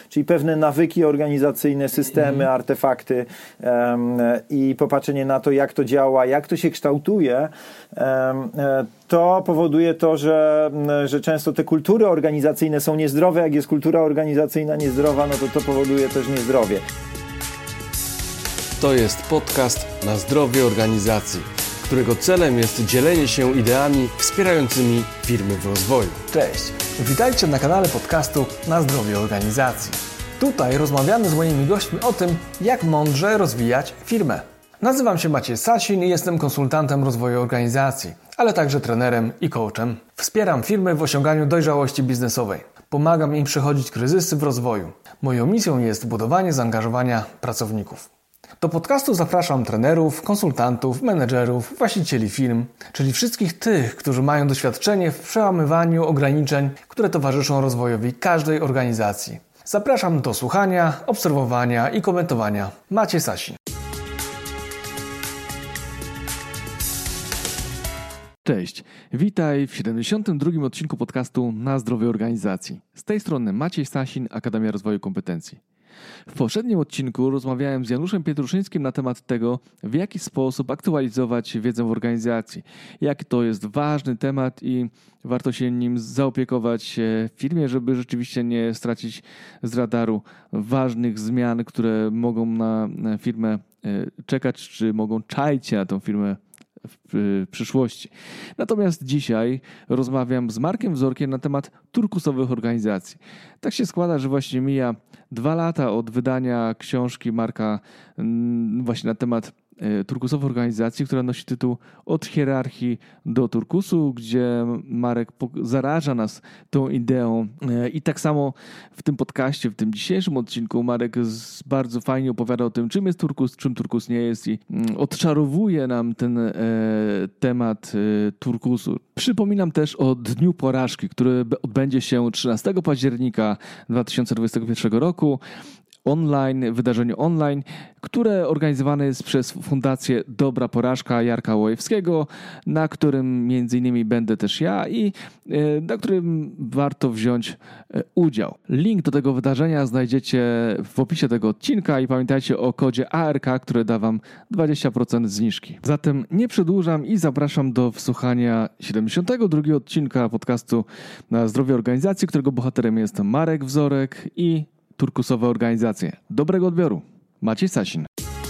czyli pewne nawyki organizacyjne, systemy, artefakty i popatrzenie na to, jak to działa, jak to się kształtuje, to powoduje to, że często te kultury organizacyjne są niezdrowe. Jak jest kultura organizacyjna niezdrowa, no to powoduje też niezdrowie. To jest podcast na zdrowie organizacji, którego celem jest dzielenie się ideami wspierającymi firmy w rozwoju. Cześć, witajcie na kanale podcastu Na zdrowie organizacji. Tutaj rozmawiamy z moimi gośćmi o tym, jak mądrze rozwijać firmę. Nazywam się Maciej Sasin i jestem konsultantem rozwoju organizacji, ale także trenerem i coachem. Wspieram firmy w osiąganiu dojrzałości biznesowej. Pomagam im przechodzić kryzysy w rozwoju. Moją misją jest budowanie zaangażowania pracowników. Do podcastu zapraszam trenerów, konsultantów, menedżerów, właścicieli firm, czyli wszystkich tych, którzy mają doświadczenie w przełamywaniu ograniczeń, które towarzyszą rozwojowi każdej organizacji. Zapraszam do słuchania, obserwowania i komentowania. Maciej Sasin. Cześć, witaj w 72. odcinku podcastu Na zdrowie organizacji. Z tej strony Maciej Sasin, Akademia Rozwoju Kompetencji. W poprzednim odcinku rozmawiałem z Januszem Pietruszyńskim na temat tego, w jaki sposób aktualizować wiedzę w organizacji, jak to jest ważny temat i warto się nim zaopiekować w firmie, żeby rzeczywiście nie stracić z radaru ważnych zmian, które mogą na firmę czekać, czy mogą czaić się na tą firmę w przyszłości. Natomiast dzisiaj rozmawiam z Markiem Wzorkiem na temat turkusowych organizacji. Tak się składa, że właśnie mija 2 lata od wydania książki Marka właśnie na temat turkusowej organizacji, która nosi tytuł Od hierarchii do turkusu, gdzie Marek zaraża nas tą ideą. I tak samo w tym podcaście, w tym dzisiejszym odcinku Marek bardzo fajnie opowiada o tym, czym jest turkus, czym turkus nie jest i odczarowuje nam ten temat turkusu. Przypominam też o Dniu Porażki, który odbędzie się 13 października 2021 roku. Online, wydarzeniu online, które organizowane jest przez Fundację Dobra Porażka Jarka Łojewskiego, na którym między innymi będę też ja i na którym warto wziąć udział. Link do tego wydarzenia znajdziecie w opisie tego odcinka i pamiętajcie o kodzie ARK, który da wam 20% zniżki. Zatem nie przedłużam i zapraszam do wsłuchania 72 odcinka podcastu Na zdrowie organizacji, którego bohaterem jest Marek Wzorek i turkusowe organizacje. Dobrego odbioru. Maciej Sasin.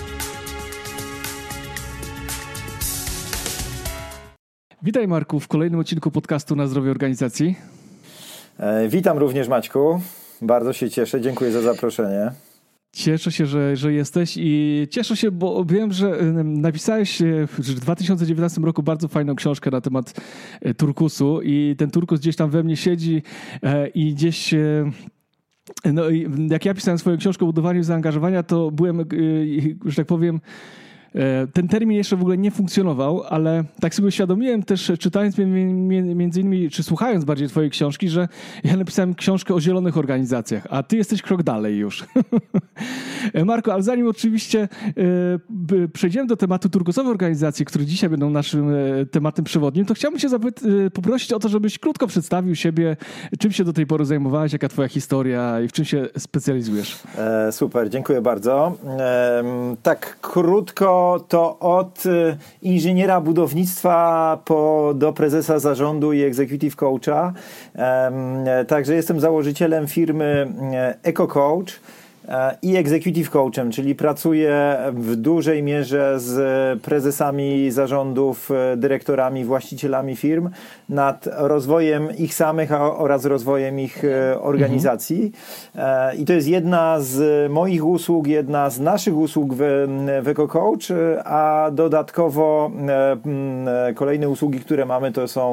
Witaj Marku w kolejnym odcinku podcastu Na zdrowie organizacji. Witam również Maćku. Bardzo się cieszę. Dziękuję za zaproszenie. Cieszę się, że jesteś i cieszę się, bo wiem, że napisałeś w 2019 roku bardzo fajną książkę na temat turkusu i ten turkus gdzieś tam we mnie siedzi i gdzieś... No i jak ja pisałem swoją książkę o budowaniu zaangażowania, to byłem, że tak powiem, ten termin jeszcze w ogóle nie funkcjonował, ale tak sobie uświadomiłem też, czytając między innymi, czy słuchając bardziej twojej książki, że ja napisałem książkę o zielonych organizacjach, a ty jesteś krok dalej już. Marko, ale zanim oczywiście przejdziemy do tematu turkusowej organizacji, który dzisiaj będą naszym tematem przewodnim, to chciałbym cię poprosić o to, żebyś krótko przedstawił siebie, czym się do tej pory zajmowałeś, jaka twoja historia i w czym się specjalizujesz. Super, dziękuję bardzo. Tak krótko to od inżyniera budownictwa do prezesa zarządu i executive coacha. Także jestem założycielem firmy EcoCoach i executive coachem, czyli pracuję w dużej mierze z prezesami zarządów, dyrektorami, właścicielami firm nad rozwojem ich samych oraz rozwojem ich organizacji. I to jest jedna z moich usług, jedna z naszych usług w EcoCoach, a dodatkowo kolejne usługi, które mamy, to są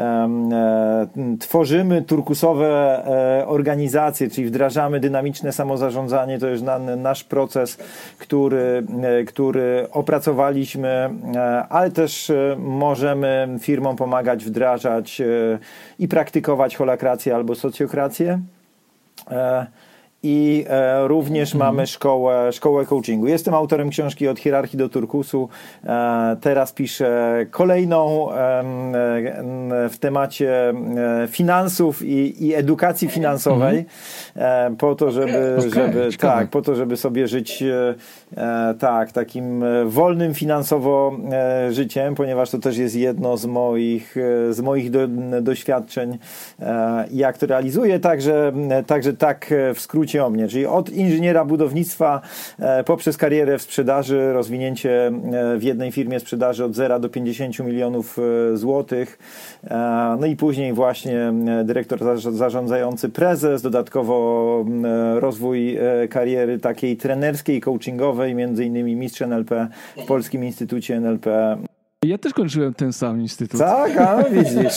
tworzymy turkusowe organizacje, czyli wdrażamy dynamiczne samozarządzanie. To jest nasz proces, który opracowaliśmy, ale też możemy firmom pomagać wdrażać i praktykować holacrację albo socjokrację. i również mamy szkołę coachingu. Jestem autorem książki Od hierarchii do turkusu. Teraz piszę kolejną w temacie finansów i edukacji finansowej, po to, żeby sobie żyć takim wolnym finansowo życiem, ponieważ to też jest jedno z moich doświadczeń, jak to realizuję. Także tak w skrócie o mnie, czyli od inżyniera budownictwa poprzez karierę w sprzedaży, rozwinięcie w jednej firmie sprzedaży od 0 do 50 milionów złotych, no i później właśnie dyrektor zarządzający, prezes, dodatkowo rozwój kariery takiej trenerskiej, coachingowej, między innymi mistrz NLP w Polskim Instytucie NLP. Ja też kończyłem ten sam instytut. Tak, widzisz.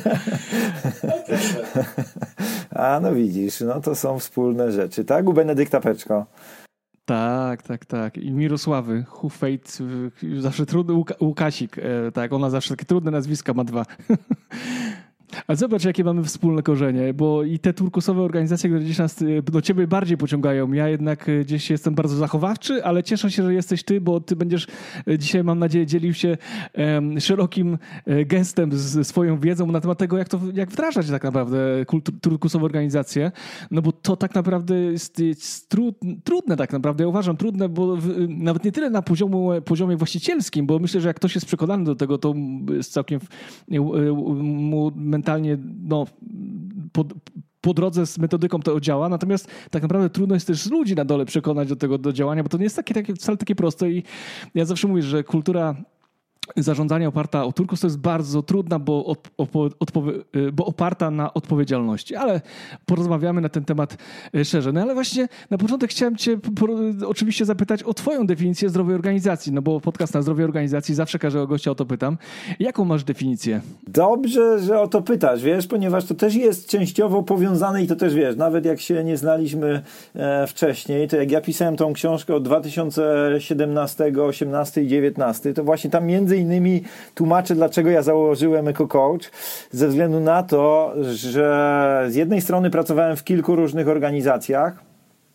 No widzisz, no to są wspólne rzeczy, tak? U Benedykta Peczko. Tak. I Mirosławy, Hufejt, zawsze trudny, Łukasik, tak, ona zawsze takie trudne nazwiska ma 2. A zobacz, jakie mamy wspólne korzenie, bo i te turkusowe organizacje, które gdzieś nas do ciebie bardziej pociągają. Ja jednak gdzieś jestem bardzo zachowawczy, ale cieszę się, że jesteś ty, bo ty będziesz dzisiaj, mam nadzieję, dzielił się szerokim gestem ze swoją wiedzą na temat tego, jak wdrażać tak naprawdę turkusowe organizacje. No bo to tak naprawdę jest trudne tak naprawdę. Ja uważam trudne, bo nawet nie tyle na poziomie właścicielskim, bo myślę, że jak ktoś jest przekonany do tego, to jest całkiem mentalnie po drodze z metodyką to działa, natomiast tak naprawdę trudno jest też ludzi na dole przekonać do tego do działania, bo to nie jest wcale takie proste i ja zawsze mówię, że kultura zarządzania oparta o turkus to jest bardzo trudna, bo oparta na odpowiedzialności, ale porozmawiamy na ten temat szerzej. No ale właśnie na początek chciałem cię oczywiście zapytać o twoją definicję zdrowej organizacji, no bo podcast na zdrowie organizacji, zawsze każdego gościa o to pytam. Jaką masz definicję? Dobrze, że o to pytasz, wiesz, ponieważ to też jest częściowo powiązane i to też wiesz, nawet jak się nie znaliśmy wcześniej, to jak ja pisałem tą książkę od 2017, 18 i 19, to właśnie tam między innymi tłumaczę, dlaczego ja założyłem EcoCoach, ze względu na to, że z jednej strony pracowałem w kilku różnych organizacjach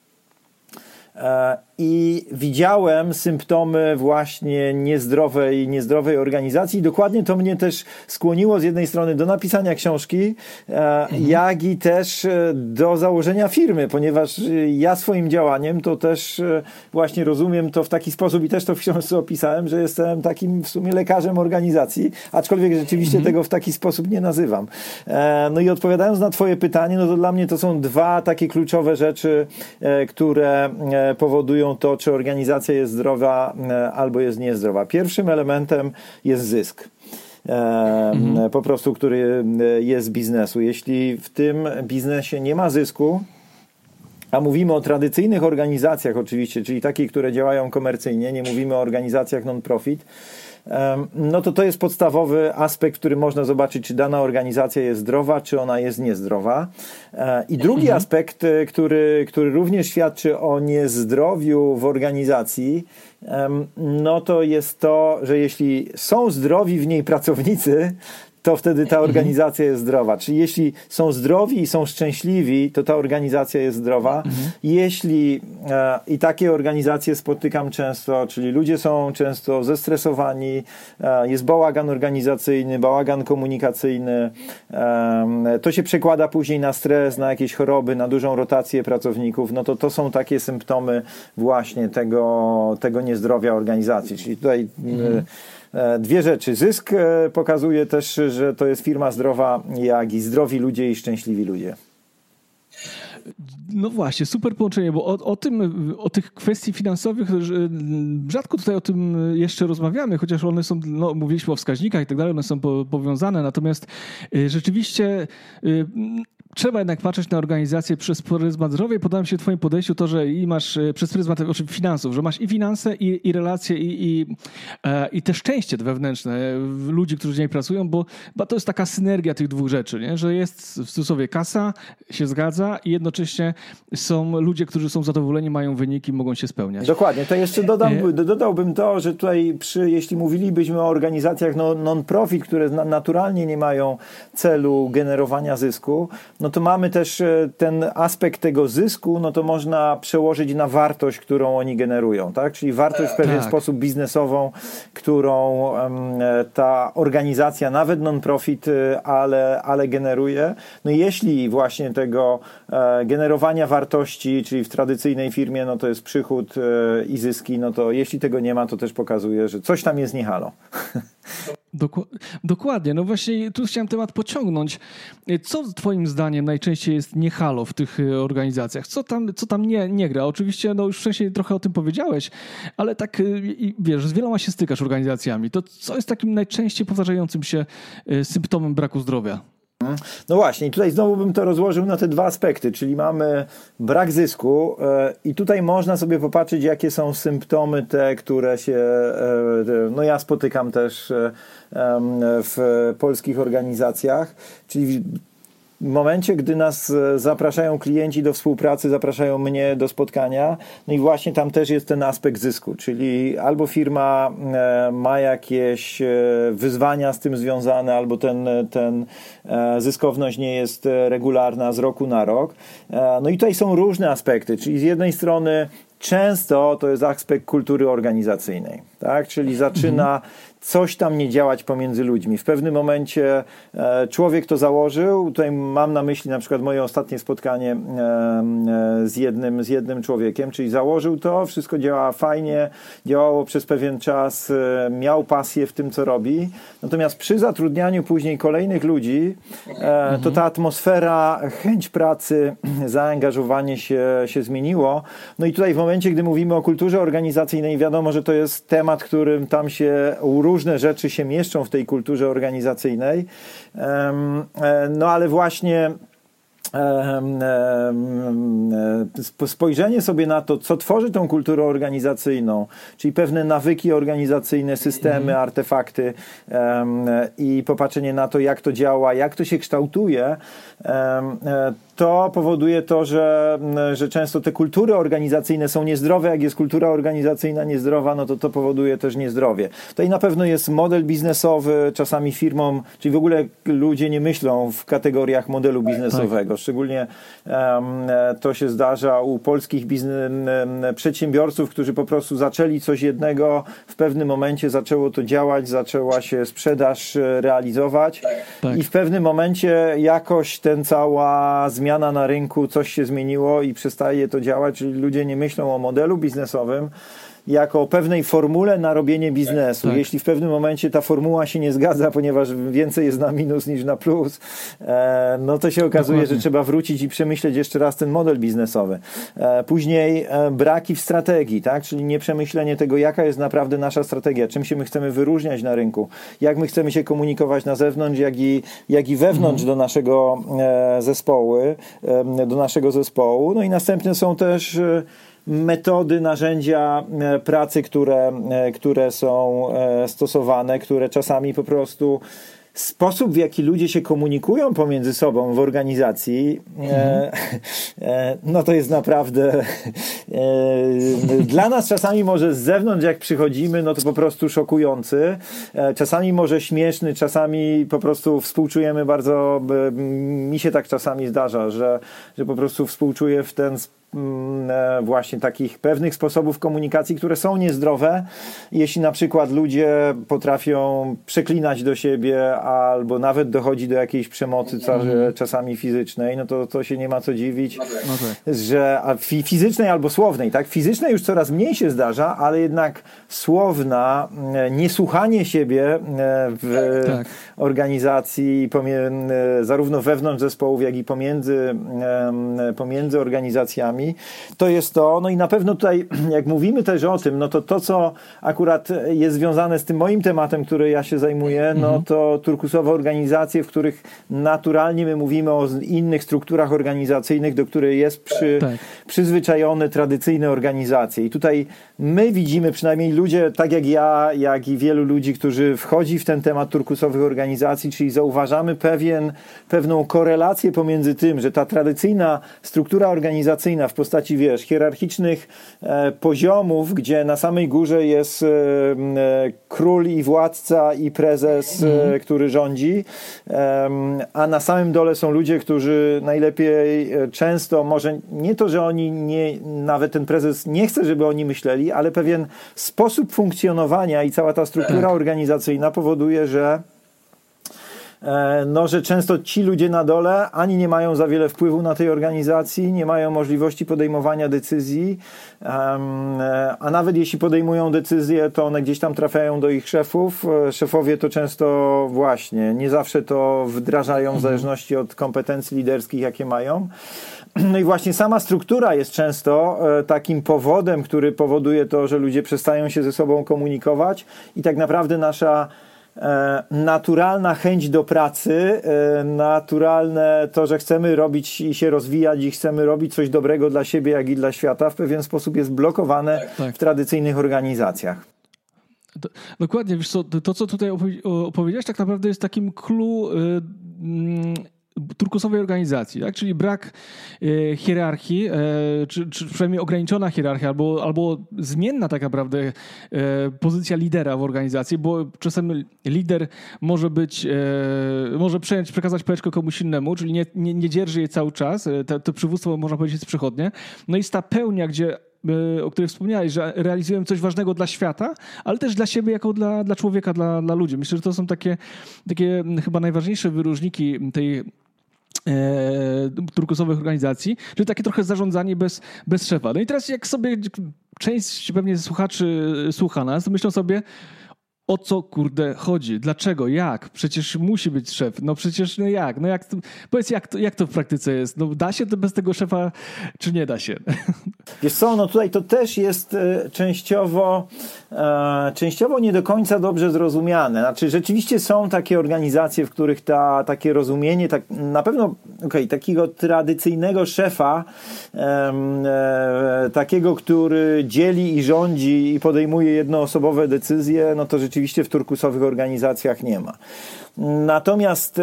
i widziałem symptomy właśnie niezdrowej organizacji. Dokładnie to mnie też skłoniło z jednej strony do napisania książki, jak i też do założenia firmy, ponieważ ja swoim działaniem to też właśnie rozumiem to w taki sposób i też to w książce opisałem, że jestem takim w sumie lekarzem organizacji, aczkolwiek rzeczywiście tego w taki sposób nie nazywam. No i odpowiadając na twoje pytanie, no to dla mnie to są 2 takie kluczowe rzeczy, które powodują to, czy organizacja jest zdrowa albo jest niezdrowa. Pierwszym elementem jest zysk. Po prostu, który jest z biznesu. Jeśli w tym biznesie nie ma zysku, a mówimy o tradycyjnych organizacjach oczywiście, czyli takich, które działają komercyjnie, nie mówimy o organizacjach non-profit, no to jest podstawowy aspekt, który można zobaczyć, czy dana organizacja jest zdrowa, czy ona jest niezdrowa. I drugi aspekt, który również świadczy o niezdrowiu w organizacji, no to jest to, że jeśli są zdrowi w niej pracownicy, to wtedy ta organizacja jest zdrowa. Czyli jeśli są zdrowi i są szczęśliwi, to ta organizacja jest zdrowa. Jeśli i takie organizacje spotykam często, czyli ludzie są często zestresowani, jest bałagan organizacyjny, bałagan komunikacyjny, to się przekłada później na stres, na jakieś choroby, na dużą rotację pracowników, no to są takie symptomy właśnie tego niezdrowia organizacji. Czyli tutaj 2 rzeczy. Zysk pokazuje też, że to jest firma zdrowa, jak i zdrowi ludzie i szczęśliwi ludzie. No właśnie, super połączenie, bo o tych kwestii finansowych rzadko tutaj o tym jeszcze rozmawiamy, chociaż one są, no mówiliśmy o wskaźnikach i tak dalej, one są powiązane, natomiast rzeczywiście trzeba jednak patrzeć na organizację przez pryzmat zdrowia i podoba mi się w twoim podejściu to, że i masz przez pryzmat finansów, że masz i finanse, i relacje, i te szczęście wewnętrzne ludzi, którzy z niej pracują, bo to jest taka synergia tych 2 rzeczy, nie? Że jest w cudzysłowie kasa, się zgadza i jednocześnie są ludzie, którzy są zadowoleni, mają wyniki, mogą się spełniać. Dokładnie. To jeszcze dodałbym to, że tutaj jeśli mówilibyśmy o organizacjach non-profit, które naturalnie nie mają celu generowania zysku, no no to mamy też ten aspekt tego zysku, no to można przełożyć na wartość, którą oni generują, tak? Czyli wartość w pewien sposób biznesową, którą ta organizacja, nawet non-profit, ale generuje. No i jeśli właśnie tego generowania wartości, czyli w tradycyjnej firmie, no to jest przychód i zyski, no to jeśli tego nie ma, to też pokazuje, że coś tam jest nie halo. Dokładnie, no właśnie tu chciałem temat pociągnąć. Co twoim zdaniem najczęściej jest nie halo w tych organizacjach? Co tam nie gra? Oczywiście no już wcześniej trochę o tym powiedziałeś, ale tak wiesz, z wieloma się stykasz organizacjami. To co jest takim najczęściej powtarzającym się symptomem braku zdrowia? No właśnie, i tutaj znowu bym to rozłożył na te dwa aspekty, czyli mamy brak zysku i tutaj można sobie popatrzeć, jakie są symptomy te, które się, no ja spotykam też w polskich organizacjach, czyli w momencie, gdy nas zapraszają klienci do współpracy, zapraszają mnie do spotkania, no i właśnie tam też jest ten aspekt zysku, czyli albo firma ma jakieś wyzwania z tym związane, albo ten zyskowność nie jest regularna z roku na rok. No i tutaj są różne aspekty, czyli z jednej strony często to jest aspekt kultury organizacyjnej, tak? Czyli zaczyna coś tam nie działać pomiędzy ludźmi. W pewnym momencie człowiek to założył, tutaj mam na myśli na przykład moje ostatnie spotkanie z jednym człowiekiem, czyli założył to, wszystko działa fajnie, działało przez pewien czas, miał pasję w tym, co robi, natomiast przy zatrudnianiu później kolejnych ludzi, to ta atmosfera, chęć pracy, zaangażowanie się zmieniło. No i tutaj w momencie, gdy mówimy o kulturze organizacyjnej, wiadomo, że to jest temat, którym tam się różne rzeczy się mieszczą w tej kulturze organizacyjnej, no ale właśnie spojrzenie sobie na to, co tworzy tą kulturę organizacyjną, czyli pewne nawyki organizacyjne, systemy, artefakty i popatrzenie na to, jak to działa, jak to się kształtuje, to powoduje to, że często te kultury organizacyjne są niezdrowe. Jak jest kultura organizacyjna niezdrowa, no to powoduje też niezdrowie. Tutaj na pewno jest model biznesowy, czasami firmom, czyli w ogóle ludzie nie myślą w kategoriach modelu biznesowego. Szczególnie to się zdarza u polskich przedsiębiorców, którzy po prostu zaczęli coś jednego, w pewnym momencie zaczęło to działać, zaczęła się sprzedaż realizować i w pewnym momencie jakoś ten cała zmiana na rynku, coś się zmieniło i przestaje to działać, czyli ludzie nie myślą o modelu biznesowym jako o pewnej formule na robienie biznesu. Jeśli w pewnym momencie ta formuła się nie zgadza, ponieważ więcej jest na minus niż na plus, no to się okazuje, że trzeba wrócić i przemyśleć jeszcze raz ten model biznesowy. Później braki w strategii, tak? Czyli nieprzemyślenie tego, jaka jest naprawdę nasza strategia, czym się my chcemy wyróżniać na rynku, jak my chcemy się komunikować na zewnątrz, jak i wewnątrz do naszego zespołu. No i następne są też metody, narzędzia pracy, które są stosowane, które czasami po prostu sposób, w jaki ludzie się komunikują pomiędzy sobą w organizacji, no to jest naprawdę dla nas czasami może z zewnątrz, jak przychodzimy, no to po prostu szokujący, czasami może śmieszny, czasami po prostu współczujemy bardzo, mi się tak czasami zdarza, że po prostu współczuję w ten właśnie takich pewnych sposobów komunikacji, które są niezdrowe. Jeśli na przykład ludzie potrafią przeklinać do siebie albo nawet dochodzi do jakiejś przemocy czasami fizycznej, no to się nie ma co dziwić, że fizycznej albo słownej, tak? Fizycznej już coraz mniej się zdarza, ale jednak słowna, niesłuchanie siebie w organizacji, zarówno wewnątrz zespołów, jak i pomiędzy organizacjami. To jest to, no i na pewno tutaj, jak mówimy też o tym, no to co akurat jest związane z tym moim tematem, który ja się zajmuję, no to turkusowe organizacje, w których naturalnie my mówimy o innych strukturach organizacyjnych, do których jest przyzwyczajone tradycyjne organizacje. I tutaj my widzimy, przynajmniej ludzie, tak jak ja, jak i wielu ludzi, którzy wchodzi w ten temat turkusowych organizacji, czyli zauważamy pewną korelację pomiędzy tym, że ta tradycyjna struktura organizacyjna, w postaci, wiesz, hierarchicznych poziomów, gdzie na samej górze jest król i władca i prezes, który rządzi, a na samym dole są ludzie, którzy najlepiej często, może nie to, że oni nawet ten prezes nie chce, żeby oni myśleli, ale pewien sposób funkcjonowania i cała ta struktura organizacyjna powoduje, że często ci ludzie na dole ani nie mają za wiele wpływu na tej organizacji, nie mają możliwości podejmowania decyzji, a nawet jeśli podejmują decyzje, to one gdzieś tam trafiają do ich szefów. Szefowie to często właśnie nie zawsze to wdrażają w zależności od kompetencji liderskich, jakie mają. No i właśnie sama struktura jest często takim powodem, który powoduje to, że ludzie przestają się ze sobą komunikować i tak naprawdę nasza naturalna chęć do pracy, naturalne to, że chcemy robić i się rozwijać i chcemy robić coś dobrego dla siebie, jak i dla świata, w pewien sposób jest blokowane w tradycyjnych organizacjach. Dokładnie, wiesz co, to co tutaj opowiedziałeś, tak naprawdę jest takim clue turkusowej organizacji, tak? Czyli brak hierarchii, czy przynajmniej ograniczona hierarchia, albo zmienna tak naprawdę pozycja lidera w organizacji, bo czasem lider może przekazać pałeczkę komuś innemu, czyli nie dzierży jej cały czas, to przywództwo można powiedzieć jest przechodnie. No i jest ta pełnia, o której wspomniałeś, że realizujemy coś ważnego dla świata, ale też dla siebie jako dla człowieka, dla ludzi. Myślę, że to są takie chyba najważniejsze wyróżniki tej turkusowych organizacji, czyli takie trochę zarządzanie bez szefa. No i teraz jak sobie część pewnie słuchaczy słucha nas, to myślą sobie, o co kurde chodzi? Dlaczego? Jak? Przecież musi być szef. No przecież jak? Powiedz, jak to w praktyce jest? No da się to bez tego szefa, czy nie da się? Wiesz co, no tutaj to też jest częściowo nie do końca dobrze zrozumiane. Znaczy rzeczywiście są takie organizacje, w których takie rozumienie, na pewno takiego tradycyjnego szefa, takiego, który dzieli i rządzi i podejmuje jednoosobowe decyzje, no to rzeczywiście w turkusowych organizacjach nie ma. Natomiast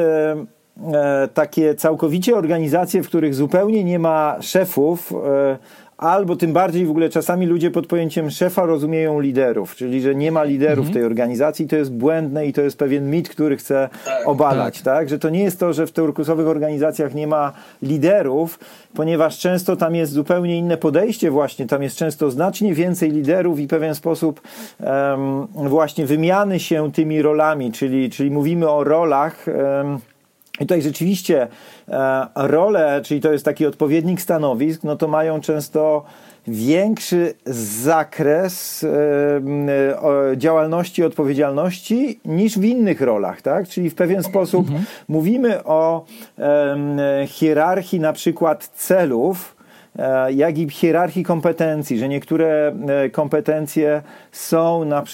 takie całkowicie organizacje, w których zupełnie nie ma szefów, albo tym bardziej w ogóle czasami ludzie pod pojęciem szefa rozumieją liderów, czyli że nie ma liderów w tej organizacji, to jest błędne i to jest pewien mit, który chcę obalać, tak? Że to nie jest to, że w turkusowych organizacjach nie ma liderów, ponieważ często tam jest zupełnie inne podejście właśnie, tam jest często znacznie więcej liderów i pewien sposób właśnie wymiany się tymi rolami, czyli mówimy o rolach. I tutaj rzeczywiście role, czyli to jest taki odpowiednik stanowisk, no to mają często większy zakres działalności i odpowiedzialności niż w innych rolach, tak? Czyli w pewien sposób mówimy o hierarchii na przykład celów, jak i hierarchii kompetencji, że niektóre kompetencje są na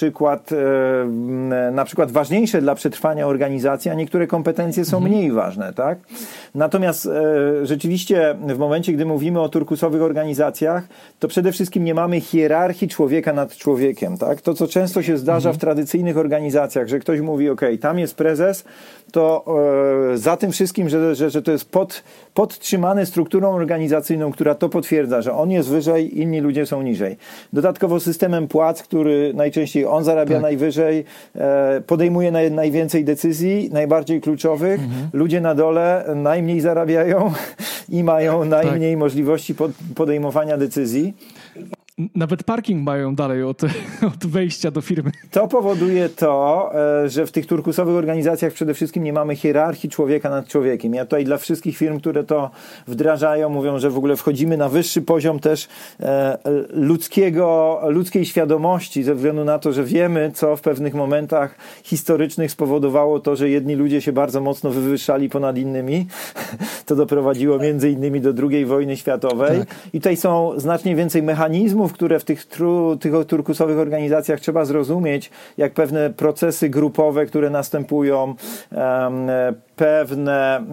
przykład ważniejsze dla przetrwania organizacji, a niektóre kompetencje są mniej ważne, tak? Natomiast rzeczywiście w momencie, gdy mówimy o turkusowych organizacjach, to przede wszystkim nie mamy hierarchii człowieka nad człowiekiem, tak? To, co często się zdarza w tradycyjnych organizacjach, że ktoś mówi, tam jest prezes, to za tym wszystkim, że to jest podtrzymane strukturą organizacyjną, która to potwierdza, że on jest wyżej, inni ludzie są niżej. Dodatkowo systemem płac, który najczęściej on zarabia najwyżej, podejmuje najwięcej decyzji, najbardziej kluczowych. Ludzie na dole najmniej zarabiają i mają najmniej możliwości podejmowania decyzji. Nawet parking mają dalej od wejścia do firmy. To powoduje to, że w tych turkusowych organizacjach przede wszystkim nie mamy hierarchii człowieka nad człowiekiem. Ja tutaj dla wszystkich firm, które to wdrażają, mówią, że w ogóle wchodzimy na wyższy poziom też ludzkiej świadomości, ze względu na to, że wiemy, co w pewnych momentach historycznych spowodowało to, że jedni ludzie się bardzo mocno wywyższali ponad innymi. To doprowadziło między innymi do II wojny światowej. I tutaj są znacznie więcej mechanizmów, terminów, które w tych turkusowych organizacjach trzeba zrozumieć, jak pewne procesy grupowe, które następują, pewne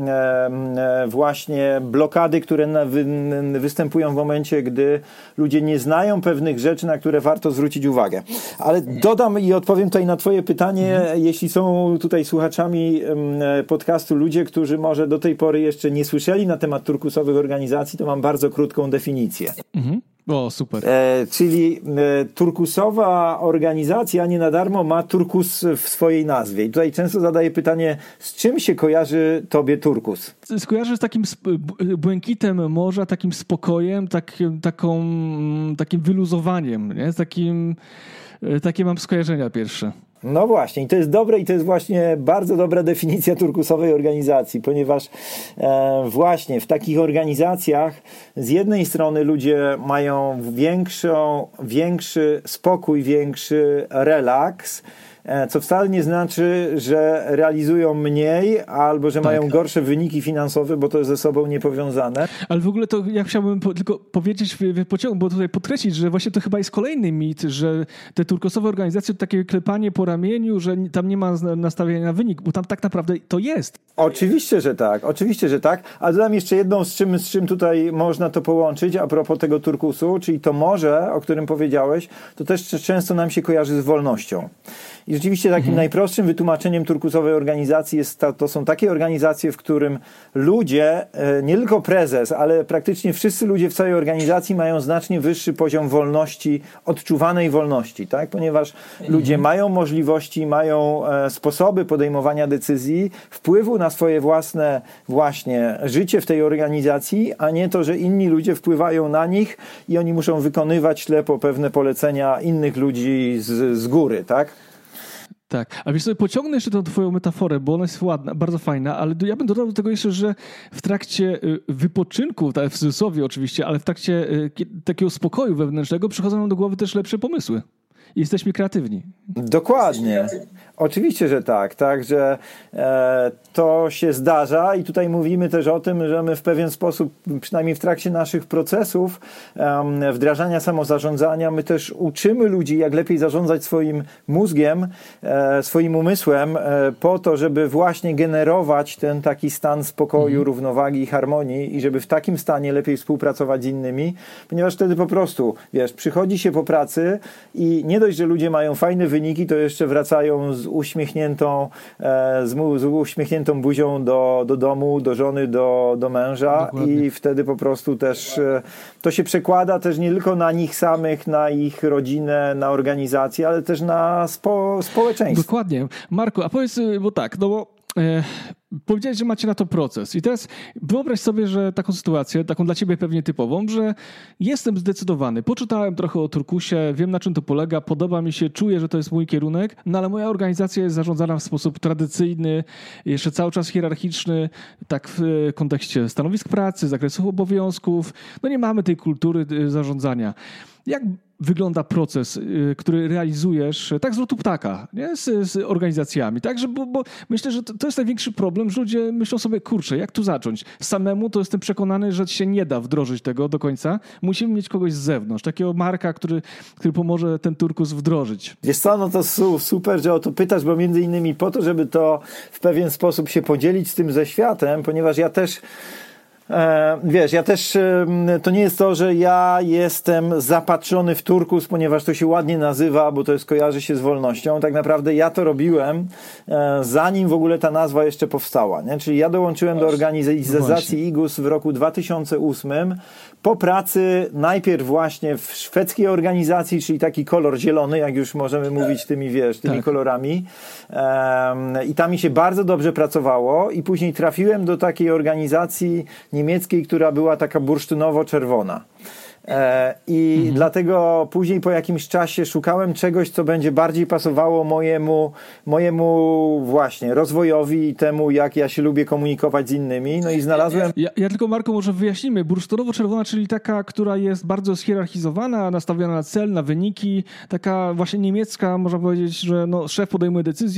właśnie blokady, które występują w momencie, gdy ludzie nie znają pewnych rzeczy, na które warto zwrócić uwagę. Ale dodam i odpowiem tutaj na twoje pytanie, jeśli są tutaj słuchaczami podcastu ludzie, którzy może do tej pory jeszcze nie słyszeli na temat turkusowych organizacji, to mam bardzo krótką definicję. O, super. Czyli turkusowa organizacja nie na darmo ma turkus w swojej nazwie. I tutaj często zadaję pytanie, z czym się kojarzy tobie turkus? Skojarzy z takim błękitem morza, takim spokojem, takim wyluzowaniem, nie? Takie mam skojarzenia pierwsze. No właśnie, i to jest dobre i to jest właśnie bardzo dobra definicja turkusowej organizacji, ponieważ właśnie w takich organizacjach z jednej strony ludzie mają większy spokój, większy relaks, co wcale nie znaczy, że realizują mniej albo że mają gorsze wyniki finansowe, bo to jest ze sobą niepowiązane. Ale w ogóle to ja chciałbym tylko powiedzieć w pociągu, bo tutaj podkreślić, że właśnie to chyba jest kolejny mit, że te turkusowe organizacje to takie klepanie po ramieniu, że tam nie ma nastawienia na wynik, bo tam tak naprawdę to jest. Oczywiście, że tak. A dodam jeszcze jedną, z czym tutaj można to połączyć a propos tego turkusu, czyli to morze, o którym powiedziałeś, to też często nam się kojarzy z wolnością. I rzeczywiście takim najprostszym wytłumaczeniem turkusowej organizacji to są takie organizacje, w którym ludzie, nie tylko prezes, ale praktycznie wszyscy ludzie w całej organizacji mają znacznie wyższy poziom wolności, odczuwanej wolności, tak? Ponieważ ludzie mają możliwości, mają sposoby podejmowania decyzji, wpływu na swoje własne właśnie życie w tej organizacji, a nie to, że inni ludzie wpływają na nich i oni muszą wykonywać ślepo pewne polecenia innych ludzi z góry, tak? Tak, a wiesz sobie, pociągnę jeszcze tę twoją metaforę, bo ona jest ładna, bardzo fajna, ale ja bym dodał do tego jeszcze, że w trakcie wypoczynku, w cudzysłowie oczywiście, ale w trakcie takiego spokoju wewnętrznego przychodzą nam do głowy też lepsze pomysły. I jesteśmy kreatywni. Dokładnie. Oczywiście, że tak. Także to się zdarza i tutaj mówimy też o tym, że my w pewien sposób, przynajmniej w trakcie naszych procesów wdrażania samozarządzania, my też uczymy ludzi, jak lepiej zarządzać swoim mózgiem, swoim umysłem po to, żeby właśnie generować ten taki stan spokoju, równowagi i harmonii i żeby w takim stanie lepiej współpracować z innymi, ponieważ wtedy po prostu, wiesz, przychodzi się po pracy i nie dość, że ludzie mają fajne wyniki, to jeszcze wracają z uśmiechniętą buzią do domu, do żony, do męża. Dokładnie. I wtedy po prostu też to się przekłada też nie tylko na nich samych, na ich rodzinę, na organizację, ale też na społeczeństwo. Dokładnie. Marku, a powiedz, bo tak, no bo powiedziałeś, że macie na to proces. I teraz wyobraź sobie, że taką sytuację, taką dla ciebie pewnie typową, że jestem zdecydowany, poczytałem trochę o turkusie, wiem na czym to polega, podoba mi się, czuję, że to jest mój kierunek, no ale moja organizacja jest zarządzana w sposób tradycyjny, jeszcze cały czas hierarchiczny, tak w kontekście stanowisk pracy, zakresów obowiązków, no nie mamy tej kultury zarządzania. Jak wygląda proces, który realizujesz, tak z lotu ptaka, nie? Z organizacjami, tak? Bo myślę, że to jest największy problem, że ludzie myślą sobie, kurczę, jak tu zacząć? Samemu to jestem przekonany, że się nie da wdrożyć tego do końca. Musimy mieć kogoś z zewnątrz, takiego Marka, który pomoże ten turkus wdrożyć. Wiesz co, no to super, że o to pytasz, bo między innymi po to, żeby to w pewien sposób się podzielić z tym ze światem, ponieważ ja też to nie jest to, że ja jestem zapatrzony w turkus, ponieważ to się ładnie nazywa, bo to kojarzy się z wolnością. Tak naprawdę ja to robiłem, zanim w ogóle ta nazwa jeszcze powstała. Nie? Czyli ja dołączyłem do organizacji IGUS w roku 2008 po pracy najpierw właśnie w szwedzkiej organizacji, czyli taki kolor zielony, jak już możemy mówić tymi kolorami. I tam mi się bardzo dobrze pracowało i później trafiłem do takiej organizacji niemieckiej, która była taka bursztynowo-czerwona. I dlatego później po jakimś czasie szukałem czegoś, co będzie bardziej pasowało mojemu właśnie rozwojowi i temu, jak ja się lubię komunikować z innymi. No i znalazłem... Ja tylko, Marku, może wyjaśnimy. Bursztynowo-czerwona, czyli taka, która jest bardzo schierarchizowana, nastawiona na cel, na wyniki. Taka właśnie niemiecka, można powiedzieć, że szef podejmuje decyzję,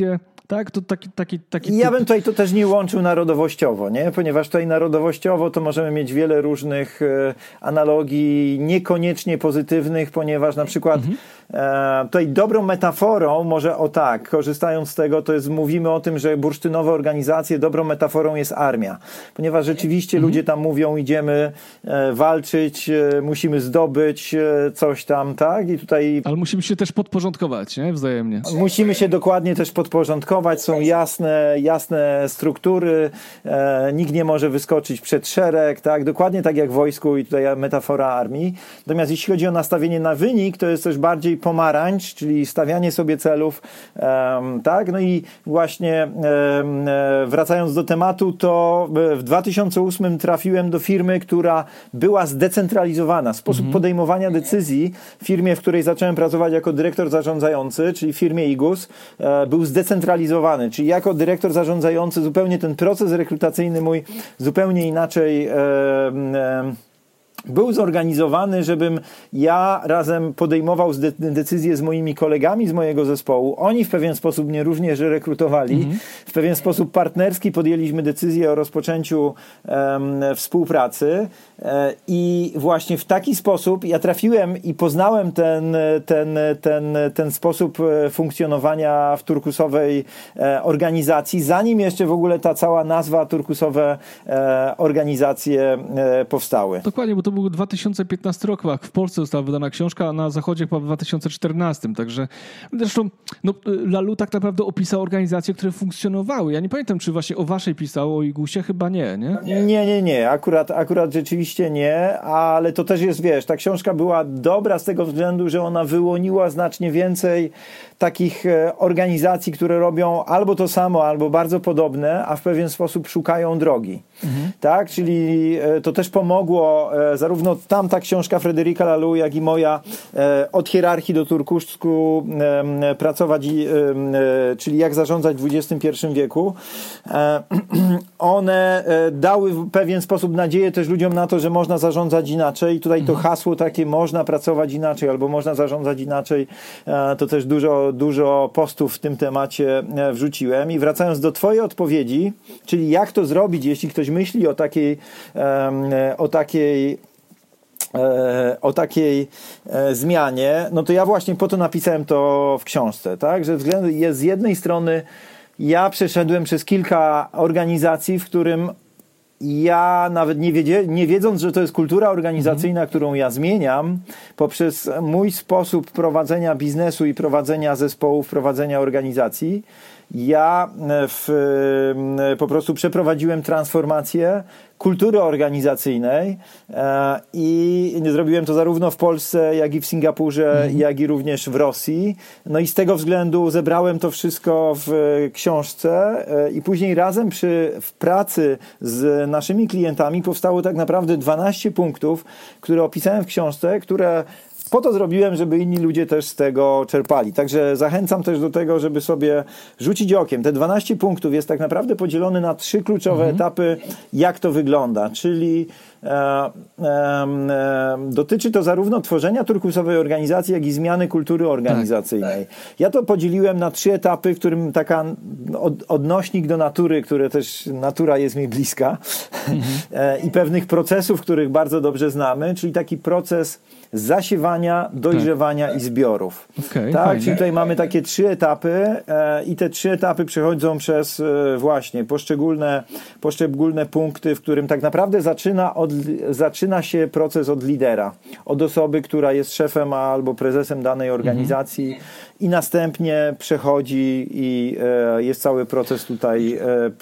tak? To taki Ja bym tutaj to też nie łączył narodowościowo, nie? Ponieważ tutaj narodowościowo to możemy mieć wiele różnych analogii, niekoniecznie pozytywnych, ponieważ na przykład tutaj dobrą metaforą, może korzystając z tego, to jest, mówimy o tym, że bursztynowe organizacje, dobrą metaforą jest armia. Ponieważ rzeczywiście ludzie tam mówią, idziemy walczyć, musimy zdobyć coś tam, tak? I tutaj... Ale musimy się też podporządkować, nie? Wzajemnie. Musimy się dokładnie też podporządkować, są jasne struktury, nikt nie może wyskoczyć przed szereg, tak? Dokładnie tak jak w wojsku i tutaj metafora armii. Natomiast jeśli chodzi o nastawienie na wynik, to jest też bardziej pomarańcz, czyli stawianie sobie celów, tak? No i właśnie wracając do tematu, to w 2008 trafiłem do firmy, która była zdecentralizowana. Sposób podejmowania decyzji w firmie, w której zacząłem pracować jako dyrektor zarządzający, czyli w firmie IGUS, był zdecentralizowany, czyli jako dyrektor zarządzający zupełnie ten proces rekrutacyjny mój zupełnie inaczej był zorganizowany, żebym ja razem podejmował decyzje z moimi kolegami z mojego zespołu. Oni w pewien sposób mnie również rekrutowali. W pewien sposób partnerski podjęliśmy decyzję o rozpoczęciu współpracy i właśnie w taki sposób ja trafiłem i poznałem ten sposób funkcjonowania w turkusowej organizacji, zanim jeszcze w ogóle ta cała nazwa turkusowe organizacje powstały. Dokładnie, bo to był 2015 rok, jak w Polsce została wydana książka, a na Zachodzie chyba w 2014. Także zresztą Lalu tak naprawdę opisał organizacje, które funkcjonowały. Ja nie pamiętam, czy właśnie o waszej pisał, o IGUSie chyba nie? Nie. Akurat rzeczywiście nie, ale to też jest, wiesz, ta książka była dobra z tego względu, że ona wyłoniła znacznie więcej takich organizacji, które robią albo to samo, albo bardzo podobne, a w pewien sposób szukają drogi. Tak? Czyli to też pomogło zarówno tamta książka Frédérica Laloux, jak i moja od hierarchii do turkusku pracować, czyli jak zarządzać w XXI wieku. One dały w pewien sposób nadzieję też ludziom na to, że można zarządzać inaczej. I tutaj to hasło takie można pracować inaczej albo można zarządzać inaczej, to też dużo postów w tym temacie wrzuciłem. I wracając do twojej odpowiedzi, czyli jak to zrobić, jeśli ktoś myśli o takiej zmianie, no to ja właśnie po to napisałem to w książce, tak? Że z jednej strony ja przeszedłem przez kilka organizacji, w którym ja nawet nie wiedząc, że to jest kultura organizacyjna, którą ja zmieniam, poprzez mój sposób prowadzenia biznesu i prowadzenia zespołów, prowadzenia organizacji, ja po prostu przeprowadziłem transformację kultury organizacyjnej i zrobiłem to zarówno w Polsce, jak i w Singapurze, jak i również w Rosji. No i z tego względu zebrałem to wszystko w książce i później razem w pracy z naszymi klientami powstało tak naprawdę 12 punktów, które opisałem w książce, które po to zrobiłem, żeby inni ludzie też z tego czerpali. Także zachęcam też do tego, żeby sobie rzucić okiem. Te 12 punktów jest tak naprawdę podzielone na 3 kluczowe etapy, jak to wygląda. Czyli dotyczy to zarówno tworzenia turkusowej organizacji, jak i zmiany kultury organizacyjnej. Ja to podzieliłem na 3 etapy, w którym taka odnośnik do natury, które też natura jest mi bliska i pewnych procesów, których bardzo dobrze znamy, czyli taki proces zasiewania, dojrzewania i zbiorów. Tak? Czyli tutaj mamy takie 3 etapy i te 3 etapy przechodzą przez właśnie poszczególne punkty, w którym tak naprawdę zaczyna się proces od lidera, od osoby, która jest szefem albo prezesem danej organizacji i następnie przechodzi i jest cały proces tutaj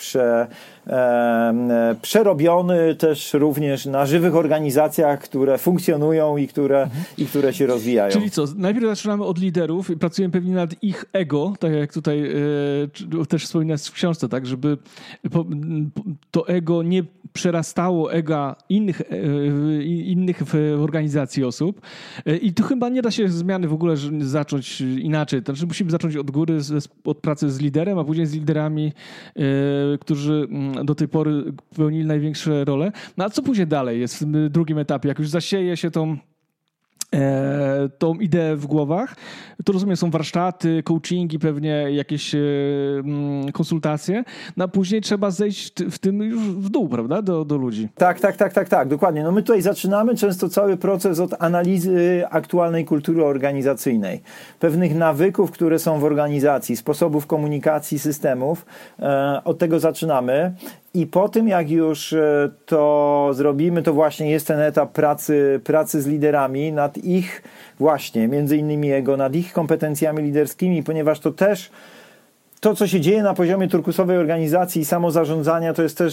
przerobiony też również na żywych organizacjach, które funkcjonują i które się rozwijają. Czyli co, najpierw zaczynamy od liderów i pracujemy pewnie nad ich ego, tak jak tutaj też wspominasz w książce, tak, żeby to ego nie przerastało ega innych w organizacji osób. I tu chyba nie da się zmiany w ogóle zacząć inaczej. To znaczy musimy zacząć od góry, od pracy z liderem, a później z liderami, którzy do tej pory pełnili największe role. No a co później dalej jest w drugim etapie? Jak już zasieje się tą tą ideę w głowach. To rozumiem, są warsztaty, coachingi, pewnie jakieś konsultacje, no a później trzeba zejść w tym już w dół, prawda, do ludzi. Tak, dokładnie. No my tutaj zaczynamy często cały proces od analizy aktualnej kultury organizacyjnej, pewnych nawyków, które są w organizacji, sposobów komunikacji, systemów. Od tego zaczynamy. I po tym, jak już to zrobimy, to właśnie jest ten etap pracy z liderami nad ich właśnie, między innymi nad ich kompetencjami liderskimi, ponieważ to też to, co się dzieje na poziomie turkusowej organizacji i samozarządzania, to jest też,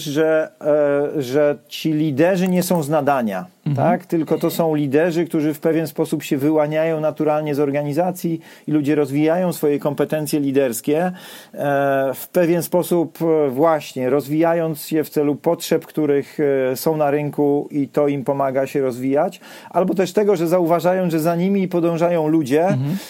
że ci liderzy nie są z nadania, tak? Tylko to są liderzy, którzy w pewien sposób się wyłaniają naturalnie z organizacji i ludzie rozwijają swoje kompetencje liderskie w pewien sposób właśnie rozwijając się w celu potrzeb, których są na rynku i to im pomaga się rozwijać, albo też tego, że zauważają, że za nimi podążają ludzie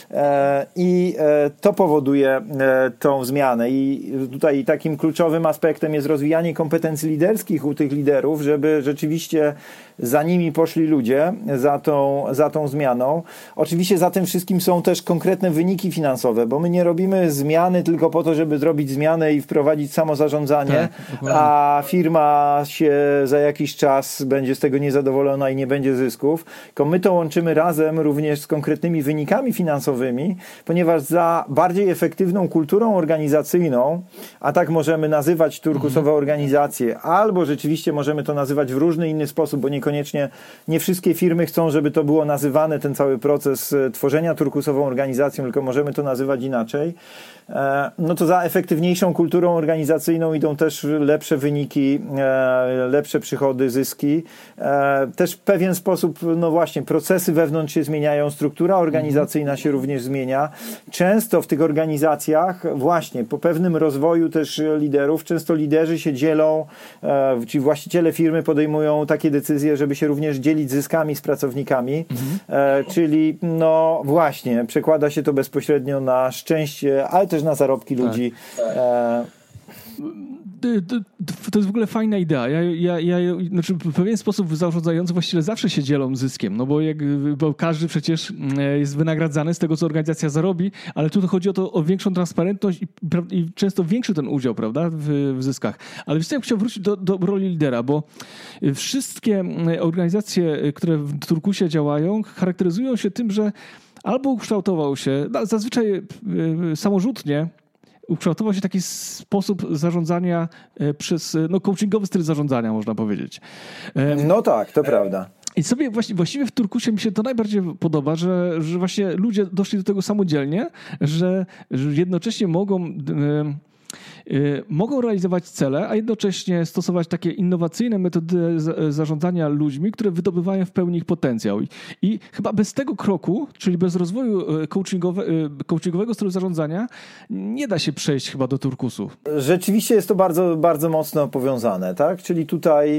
i to powoduje tą zmianę. I tutaj takim kluczowym aspektem jest rozwijanie kompetencji liderskich u tych liderów, żeby rzeczywiście za nimi poszli ludzie, za tą zmianą. Oczywiście za tym wszystkim są też konkretne wyniki finansowe, bo my nie robimy zmiany tylko po to, żeby zrobić zmianę i wprowadzić samozarządzanie, a firma się za jakiś czas będzie z tego niezadowolona i nie będzie zysków. Tylko my to łączymy razem również z konkretnymi wynikami finansowymi, ponieważ za bardziej efektywną kulturą organizacyjną, a tak możemy nazywać turkusowe organizacje, albo rzeczywiście możemy to nazywać w różny inny sposób, bo niekoniecznie nie wszystkie firmy chcą, żeby to było nazywane, ten cały proces tworzenia turkusową organizacją, tylko możemy to nazywać inaczej. No to za efektywniejszą kulturą organizacyjną idą też lepsze wyniki, lepsze przychody, zyski. Też w pewien sposób, no właśnie, procesy wewnątrz się zmieniają, struktura organizacyjna się również zmienia. Często w tych organizacjach właśnie po pewnym rozwoju też liderów, często liderzy się dzielą, ci właściciele firmy podejmują takie decyzje, żeby się również dzielić zyskami z pracownikami, czyli no właśnie, przekłada się to bezpośrednio na szczęście, ale też na zarobki ludzi. To jest w ogóle fajna idea. Znaczy w pewien sposób zarządzający właściwie zawsze się dzielą zyskiem, no bo każdy przecież jest wynagradzany z tego, co organizacja zarobi, ale tu chodzi o większą transparentność i często większy ten udział, prawda, w zyskach. Ale wiesz co, ja chciałem wrócić do roli lidera, bo wszystkie organizacje, które w Turkusie działają, charakteryzują się tym, że albo ukształtował się, zazwyczaj samorzutnie, ukształtował się taki sposób zarządzania przez coachingowy styl zarządzania, można powiedzieć. No tak, to prawda. I sobie właściwie w Turkusie mi się to najbardziej podoba, że właśnie ludzie doszli do tego samodzielnie, że jednocześnie mogą realizować cele, a jednocześnie stosować takie innowacyjne metody zarządzania ludźmi, które wydobywają w pełni ich potencjał. I chyba bez tego kroku, czyli bez rozwoju coachingowego stylu zarządzania, nie da się przejść chyba do turkusu. Rzeczywiście jest to bardzo, bardzo mocno powiązane, tak? Czyli tutaj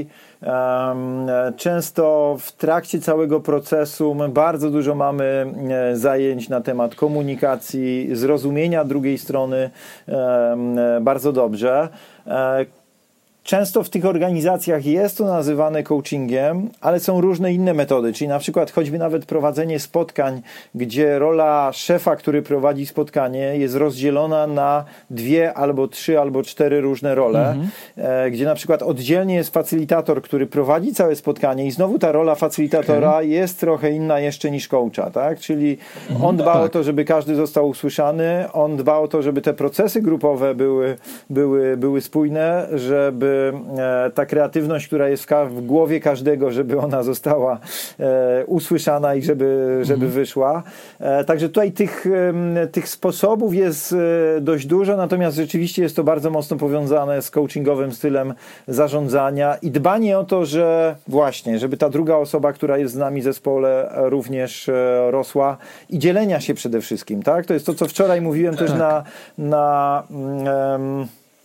często w trakcie całego procesu my bardzo dużo mamy zajęć na temat komunikacji, zrozumienia drugiej strony bardzo dobrze. Często w tych organizacjach jest to nazywane coachingiem, ale są różne inne metody, czyli na przykład choćby nawet prowadzenie spotkań, gdzie rola szefa, który prowadzi spotkanie, jest rozdzielona na 2 albo 3 albo 4 różne role, gdzie na przykład oddzielnie jest facylitator, który prowadzi całe spotkanie i znowu ta rola facylitatora jest trochę inna jeszcze niż coacha, tak? Czyli on dba o to, żeby każdy został usłyszany, on dba o to, żeby te procesy grupowe były spójne, żeby ta kreatywność, która jest w głowie każdego, żeby ona została usłyszana i żeby wyszła. Także tutaj tych sposobów jest dość dużo, natomiast rzeczywiście jest to bardzo mocno powiązane z coachingowym stylem zarządzania i dbanie o to, że właśnie, żeby ta druga osoba, która jest z nami w zespole, również rosła i dzielenia się przede wszystkim, tak? To jest to, co wczoraj mówiłem też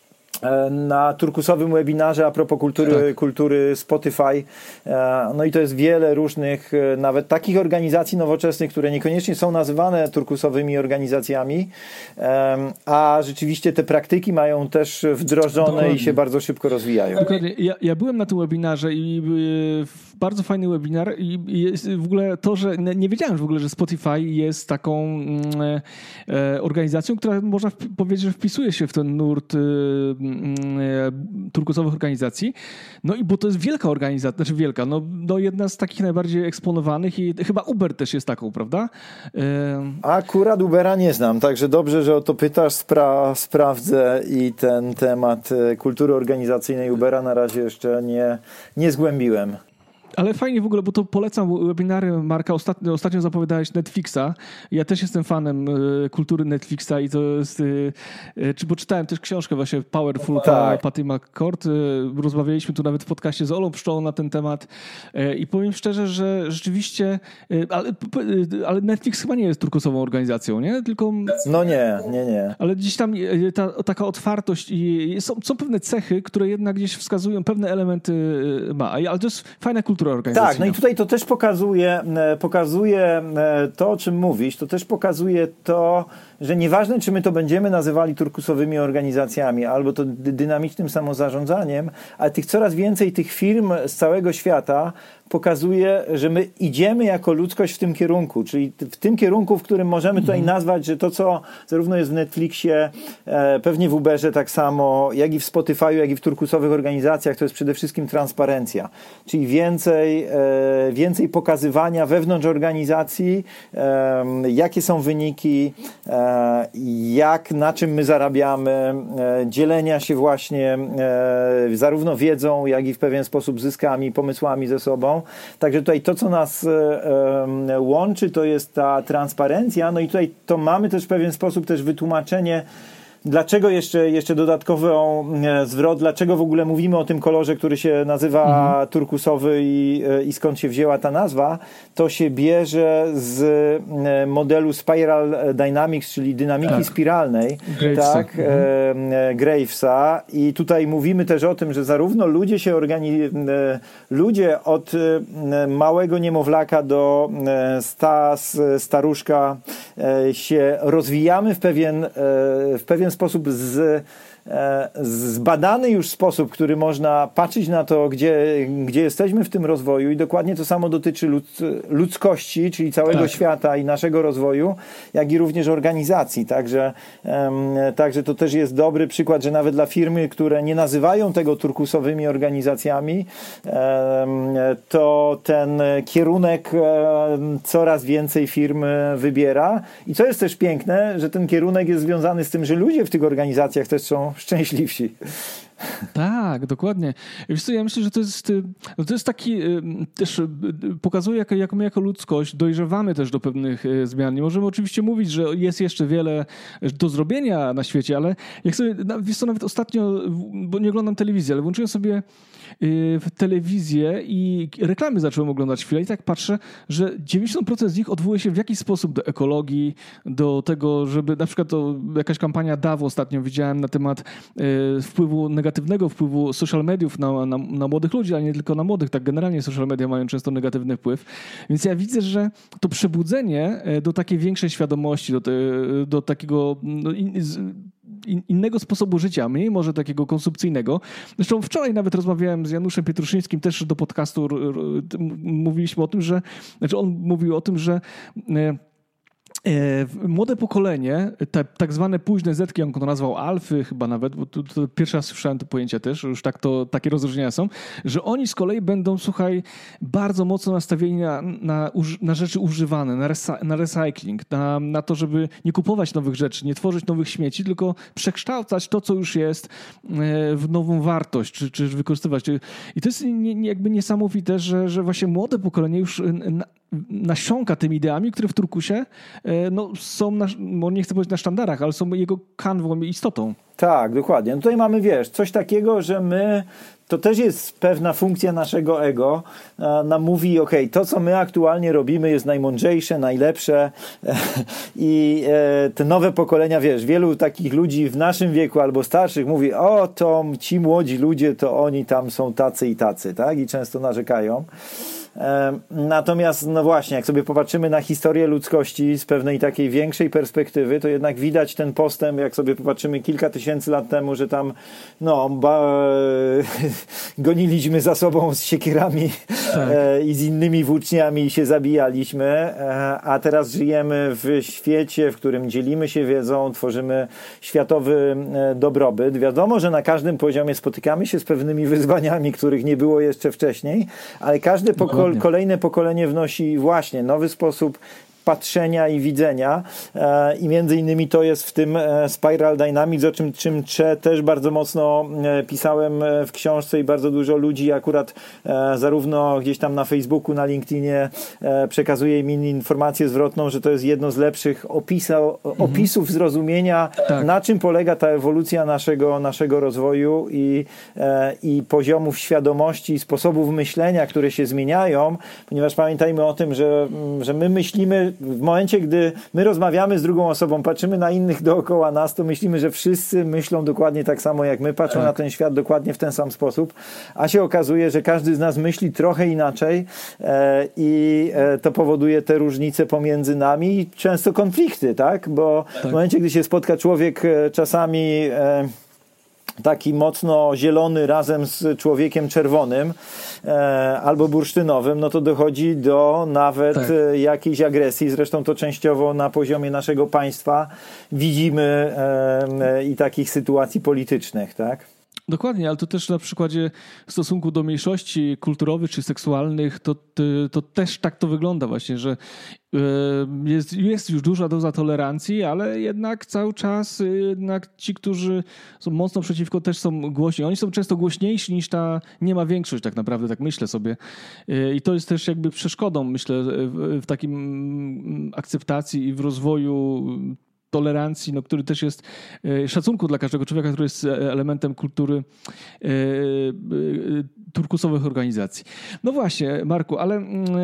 na turkusowym webinarze a propos kultury Spotify. No i to jest wiele różnych, nawet takich organizacji nowoczesnych, które niekoniecznie są nazywane turkusowymi organizacjami, a rzeczywiście te praktyki mają też wdrożone Dokładnie. I się bardzo szybko rozwijają. Dokładnie. Ja byłem na tym webinarze i bardzo fajny webinar i jest w ogóle to, że nie wiedziałem w ogóle, że Spotify jest taką organizacją, która można powiedzieć, że wpisuje się w ten nurt turkusowych organizacji. No i bo to jest wielka organizacja, znaczy wielka, no jedna z takich najbardziej eksponowanych i chyba Uber też jest taką, prawda? Akurat Ubera nie znam, także dobrze, że o to pytasz, sprawdzę i ten temat kultury organizacyjnej Ubera na razie jeszcze nie zgłębiłem. Ale fajnie w ogóle, bo to polecam webinary Marka. Ostatnio zapowiadałeś Netflixa. Ja też jestem fanem kultury Netflixa i to jest... Bo czytałem też książkę właśnie Powerful Patty McCord. Rozmawialiśmy tu nawet w podcaście z Olą Pszczołą na ten temat i powiem szczerze, że rzeczywiście... Ale Netflix chyba nie jest turkusową organizacją, nie? Tylko... No nie. Ale gdzieś tam taka otwartość i są pewne cechy, które jednak gdzieś wskazują, pewne elementy ma. Ale to jest fajna kultura. Tak, no i tutaj to też pokazuje to, o czym mówisz, to też pokazuje to, że nieważne, czy my to będziemy nazywali turkusowymi organizacjami albo to dynamicznym samozarządzaniem, ale coraz więcej tych firm z całego świata pokazuje, że my idziemy jako ludzkość w tym kierunku, czyli w tym kierunku, w którym możemy tutaj nazwać, że to, co zarówno jest w Netflixie, pewnie w Uberze tak samo, jak i w Spotify'u, jak i w turkusowych organizacjach, to jest przede wszystkim transparencja, czyli więcej pokazywania wewnątrz organizacji, jakie są wyniki, na czym my zarabiamy, dzielenia się właśnie zarówno wiedzą, jak i w pewien sposób zyskami, pomysłami ze sobą. Także tutaj to, co nas łączy, to jest ta transparencja. No i tutaj to mamy też w pewien sposób też wytłumaczenie, dlaczego jeszcze dodatkowy zwrot, dlaczego w ogóle mówimy o tym kolorze, który się nazywa turkusowy i skąd się wzięła ta nazwa, to się bierze z modelu Spiral Dynamics, czyli dynamiki spiralnej, Gravesa. I tutaj mówimy też o tym, że zarówno ludzie od małego niemowlaka do staruszka się rozwijamy w pewien sposób zbadany już sposób, który można patrzeć na to, gdzie jesteśmy w tym rozwoju i dokładnie to samo dotyczy ludzkości, czyli całego świata i naszego rozwoju, jak i również organizacji. Także to też jest dobry przykład, że nawet dla firmy, które nie nazywają tego turkusowymi organizacjami, to ten kierunek coraz więcej firm wybiera. I co jest też piękne, że ten kierunek jest związany z tym, że ludzie w tych organizacjach też są szczęśliwsi. Tak, dokładnie. Wiesz co, ja myślę, że to jest taki, też pokazuje, jak my jako ludzkość dojrzewamy też do pewnych zmian. Nie możemy oczywiście mówić, że jest jeszcze wiele do zrobienia na świecie, ale jak sobie, wiesz co, nawet ostatnio, bo nie oglądam telewizji, ale włączyłem sobie w telewizję i reklamy zacząłem oglądać chwilę i tak patrzę, że 90% z nich odwołuje się w jakiś sposób do ekologii, do tego, żeby na przykład to jakaś kampania DAW ostatnio widziałem na temat negatywnego wpływu social mediów na młodych ludzi, ale nie tylko na młodych, tak generalnie social media mają często negatywny wpływ. Więc ja widzę, że to przebudzenie do takiej większej świadomości, do takiego innego sposobu życia, mniej może takiego konsumpcyjnego. Zresztą wczoraj nawet rozmawiałem z Januszem Pietruszyńskim, też do podcastu mówiliśmy o tym, znaczy on mówił o tym, że młode pokolenie, te tak zwane późne zetki, on to nazwał alfy chyba nawet, bo to pierwszy raz słyszałem to pojęcie też, już takie rozróżnienia są, że oni z kolei będą, słuchaj, bardzo mocno nastawieni na rzeczy używane, na recycling, na to, żeby nie kupować nowych rzeczy, nie tworzyć nowych śmieci, tylko przekształcać to, co już jest w nową wartość, czy wykorzystywać. I to jest jakby niesamowite, że właśnie młode pokolenie już nasiąka tymi ideami, które w Turkusie są, nie chcę powiedzieć na sztandarach, ale są jego kanwą i istotą. Tak, dokładnie. No tutaj mamy, coś takiego, że my, to też jest pewna funkcja naszego ego, nam mówi, to co my aktualnie robimy jest najmądrzejsze, najlepsze i te nowe pokolenia, wielu takich ludzi w naszym wieku albo starszych mówi, to ci młodzi ludzie, to oni tam są tacy i tacy, tak? I często narzekają. Natomiast, właśnie, jak sobie popatrzymy na historię ludzkości z pewnej takiej większej perspektywy, to jednak widać ten postęp, jak sobie popatrzymy kilka tysięcy lat temu, że tam goniliśmy za sobą z siekierami i z innymi włóczniami się zabijaliśmy, a teraz żyjemy w świecie, w którym dzielimy się wiedzą, tworzymy światowy dobrobyt. Wiadomo, że na każdym poziomie spotykamy się z pewnymi wyzwaniami, których nie było jeszcze wcześniej, ale każde kolejne pokolenie wnosi właśnie nowy sposób patrzenia i widzenia i między innymi to jest w tym Spiral Dynamics, o czym też bardzo mocno pisałem w książce i bardzo dużo ludzi akurat zarówno gdzieś tam na Facebooku, na LinkedInie przekazuje mi informację zwrotną, że to jest jedno z lepszych opisów zrozumienia, na czym polega ta ewolucja naszego rozwoju i poziomów świadomości, sposobów myślenia, które się zmieniają, ponieważ pamiętajmy o tym, że my myślimy w momencie, gdy my rozmawiamy z drugą osobą, patrzymy na innych dookoła nas, to myślimy, że wszyscy myślą dokładnie tak samo jak my, patrzą na ten świat dokładnie w ten sam sposób, a się okazuje, że każdy z nas myśli trochę inaczej i to powoduje te różnice pomiędzy nami i często konflikty, tak? Bo w momencie, gdy się spotka człowiek czasami taki mocno zielony razem z człowiekiem czerwonym albo bursztynowym, no to dochodzi do nawet jakiejś agresji. Zresztą to częściowo na poziomie naszego państwa widzimy i takich sytuacji politycznych, tak? Dokładnie, ale to też na przykładzie w stosunku do mniejszości kulturowych czy seksualnych, to też tak to wygląda właśnie, że jest już duża doza tolerancji, ale jednak cały czas ci, którzy są mocno przeciwko, też są głośni. Oni są często głośniejsi niż ta nie ma większość tak naprawdę, tak myślę sobie. I to jest też jakby przeszkodą, myślę, w takim akceptacji i w rozwoju tolerancji, który też jest szacunku dla każdego człowieka, który jest elementem kultury turkusowych organizacji. No właśnie, Marku, ale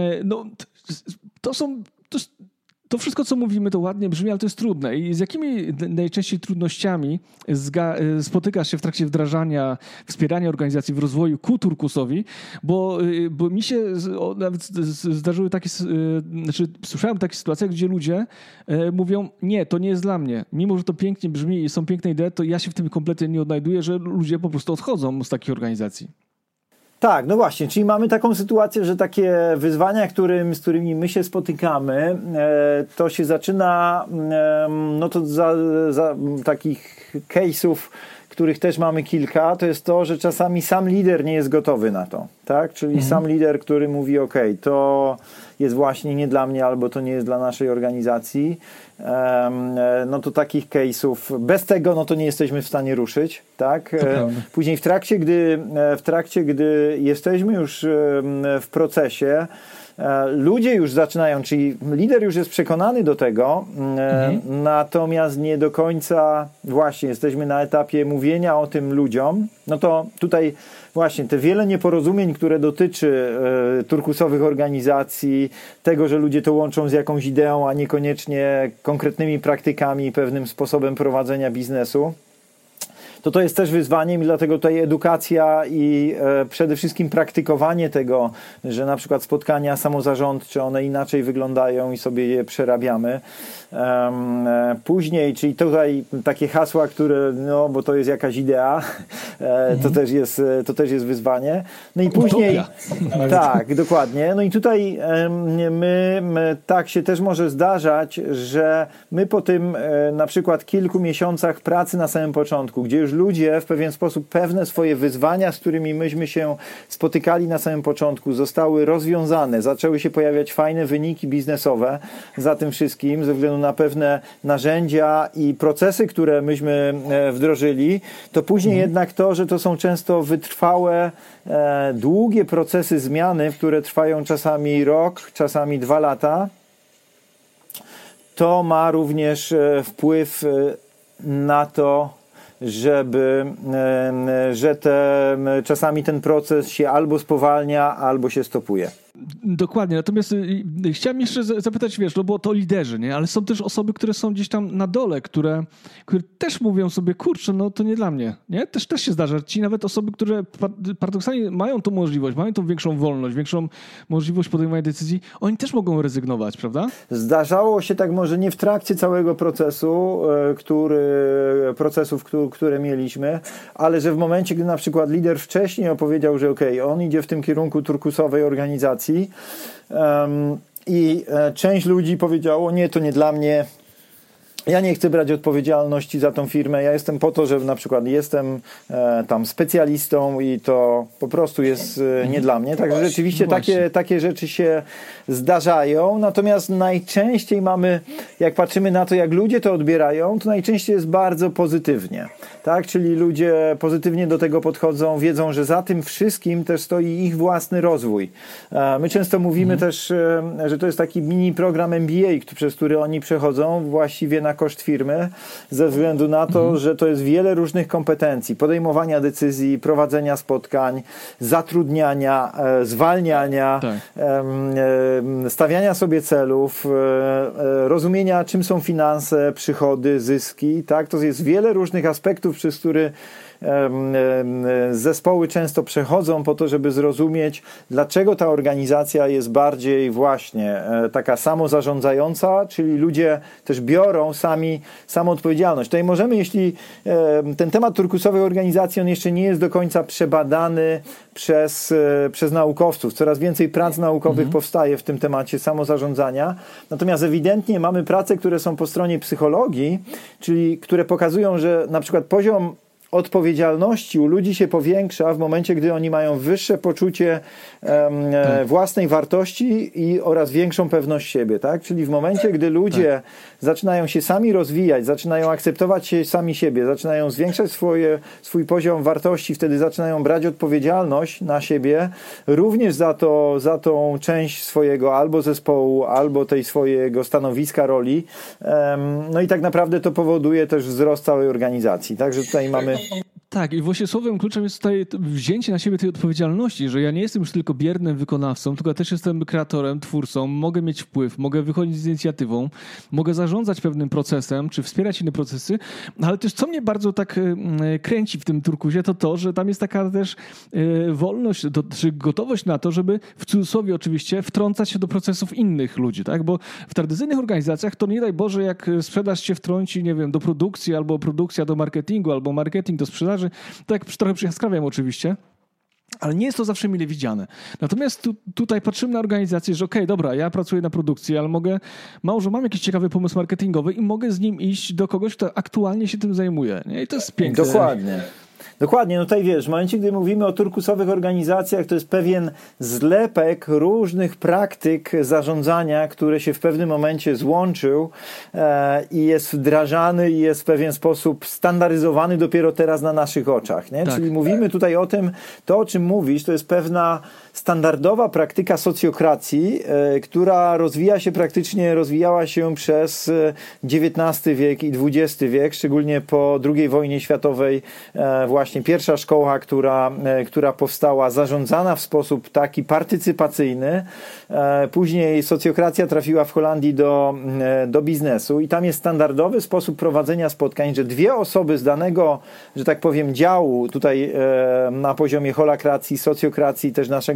to wszystko, co mówimy, to ładnie brzmi, ale to jest trudne. I z jakimi najczęściej trudnościami spotykasz się w trakcie wdrażania, wspierania organizacji w rozwoju ku turkusowi? Bo mi się nawet zdarzyły takie, słyszałem takie sytuacje, gdzie ludzie mówią, nie, to nie jest dla mnie. Mimo, że to pięknie brzmi i są piękne idee, to ja się w tym kompletnie nie odnajduję, że ludzie po prostu odchodzą z takich organizacji. Tak, no właśnie, czyli mamy taką sytuację, że takie wyzwania, z którymi my się spotykamy, to się zaczyna, to za takich case'ów, których też mamy kilka, to jest to, że czasami sam lider nie jest gotowy na to, tak? Czyli sam lider, który mówi, to jest właśnie nie dla mnie, albo to nie jest dla naszej organizacji, to takich case'ów, bez tego, to nie jesteśmy w stanie ruszyć, tak? Później w trakcie, gdy jesteśmy już w procesie, ludzie już zaczynają, czyli lider już jest przekonany do tego, natomiast nie do końca właśnie jesteśmy na etapie mówienia o tym ludziom, to tutaj właśnie te wiele nieporozumień, które dotyczy turkusowych organizacji, tego, że ludzie to łączą z jakąś ideą, a niekoniecznie konkretnymi praktykami, pewnym sposobem prowadzenia biznesu, to jest też wyzwaniem i dlatego tutaj edukacja i przede wszystkim praktykowanie tego, że na przykład spotkania samozarządcze, one inaczej wyglądają i sobie je przerabiamy. Później, czyli tutaj takie hasła, które, bo to jest jakaś idea, to też jest wyzwanie. No i później, tak, dokładnie. No i tutaj my tak się też może zdarzać, że my po tym na przykład kilku miesiącach pracy na samym początku, gdzie już już ludzie w pewien sposób pewne swoje wyzwania, z którymi myśmy się spotykali na samym początku, zostały rozwiązane, zaczęły się pojawiać fajne wyniki biznesowe za tym wszystkim, ze względu na pewne narzędzia i procesy, które myśmy wdrożyli, to później jednak to, że to są często wytrwałe, długie procesy zmiany, które trwają czasami rok, czasami 2 lata, to ma również wpływ na to, że czasami ten proces się albo spowalnia, albo się stopuje. Dokładnie, natomiast chciałem jeszcze zapytać, wiesz, no bo to liderzy, nie? Ale są też osoby, które są gdzieś tam na dole, które też mówią sobie, kurczę, no to nie dla mnie, nie? Też się zdarza. Ci nawet osoby, które paradoksalnie mają tą możliwość, mają tą większą wolność, większą możliwość podejmowania decyzji, oni też mogą rezygnować, prawda? Zdarzało się tak może nie w trakcie całego procesu, które mieliśmy, ale że w momencie, gdy na przykład lider wcześniej opowiedział, że on idzie w tym kierunku turkusowej organizacji, i część ludzi powiedziało, nie, to nie dla mnie, ja nie chcę brać odpowiedzialności za tą firmę, ja jestem po to, że na przykład jestem tam specjalistą i to po prostu jest nie dla mnie. Także rzeczywiście takie rzeczy się zdarzają, natomiast najczęściej mamy, jak patrzymy na to, jak ludzie to odbierają, to najczęściej jest bardzo pozytywnie. Tak? Czyli ludzie pozytywnie do tego podchodzą, wiedzą, że za tym wszystkim też stoi ich własny rozwój. My często mówimy też, że to jest taki mini program MBA, przez który oni przechodzą właściwie na koszt firmy, ze względu na to, że to jest wiele różnych kompetencji, podejmowania decyzji, prowadzenia spotkań, zatrudniania, zwalniania, stawiania sobie celów, rozumienia, czym są finanse, przychody, zyski. Tak? To jest wiele różnych aspektów, przez które zespoły często przechodzą po to, żeby zrozumieć, dlaczego ta organizacja jest bardziej właśnie taka samozarządzająca, czyli ludzie też biorą samą odpowiedzialność. Tutaj możemy, jeśli ten temat turkusowej organizacji, on jeszcze nie jest do końca przebadany przez naukowców. Coraz więcej prac naukowych powstaje w tym temacie samozarządzania. Natomiast ewidentnie mamy prace, które są po stronie psychologii, czyli które pokazują, że na przykład poziom odpowiedzialności u ludzi się powiększa w momencie, gdy oni mają wyższe poczucie własnej wartości oraz większą pewność siebie, tak? Czyli w momencie, gdy ludzie zaczynają się sami rozwijać, zaczynają akceptować się sami siebie, zaczynają zwiększać swój poziom wartości, wtedy zaczynają brać odpowiedzialność na siebie, również za tą część swojego albo zespołu, albo tej swojego stanowiska, roli. No i tak naprawdę to powoduje też wzrost całej organizacji. Także tutaj mamy... Tak, i właśnie słowem kluczem jest tutaj wzięcie na siebie tej odpowiedzialności, że ja nie jestem już tylko biernym wykonawcą, tylko ja też jestem kreatorem, twórcą, mogę mieć wpływ, mogę wychodzić z inicjatywą, mogę zarządzać pewnym procesem, czy wspierać inne procesy, ale też co mnie bardzo tak kręci w tym turkusie, to, że tam jest taka też wolność, czy gotowość na to, żeby w cudzysłowie oczywiście wtrącać się do procesów innych ludzi, tak? Bo w tradycyjnych organizacjach to nie daj Boże, jak sprzedaż się wtrąci, nie wiem, do produkcji, albo produkcja do marketingu, albo marketing do sprzedaży, tak trochę przyjaskrawiam oczywiście, ale nie jest to zawsze mile widziane. Natomiast tutaj patrzymy na organizację, że okej, dobra, ja pracuję na produkcji, ale może mam jakiś ciekawy pomysł marketingowy i mogę z nim iść do kogoś, kto aktualnie się tym zajmuje. Nie? I to jest piękne. Dokładnie, no tutaj wiesz, w momencie, gdy mówimy o turkusowych organizacjach, to jest pewien zlepek różnych praktyk zarządzania, które się w pewnym momencie złączył i jest wdrażany i jest w pewien sposób standaryzowany dopiero teraz na naszych oczach. Nie? Tak. Czyli mówimy tutaj o tym, to o czym mówisz, to jest pewna standardowa praktyka socjokracji, która rozwijała się przez XIX wiek i XX wiek, szczególnie po II wojnie światowej, właśnie pierwsza szkoła, która powstała, zarządzana w sposób taki partycypacyjny. Później socjokracja trafiła w Holandii do biznesu i tam jest standardowy sposób prowadzenia spotkań, że 2 osoby z danego, że tak powiem, działu tutaj na poziomie holakracji, socjokracji, też naszego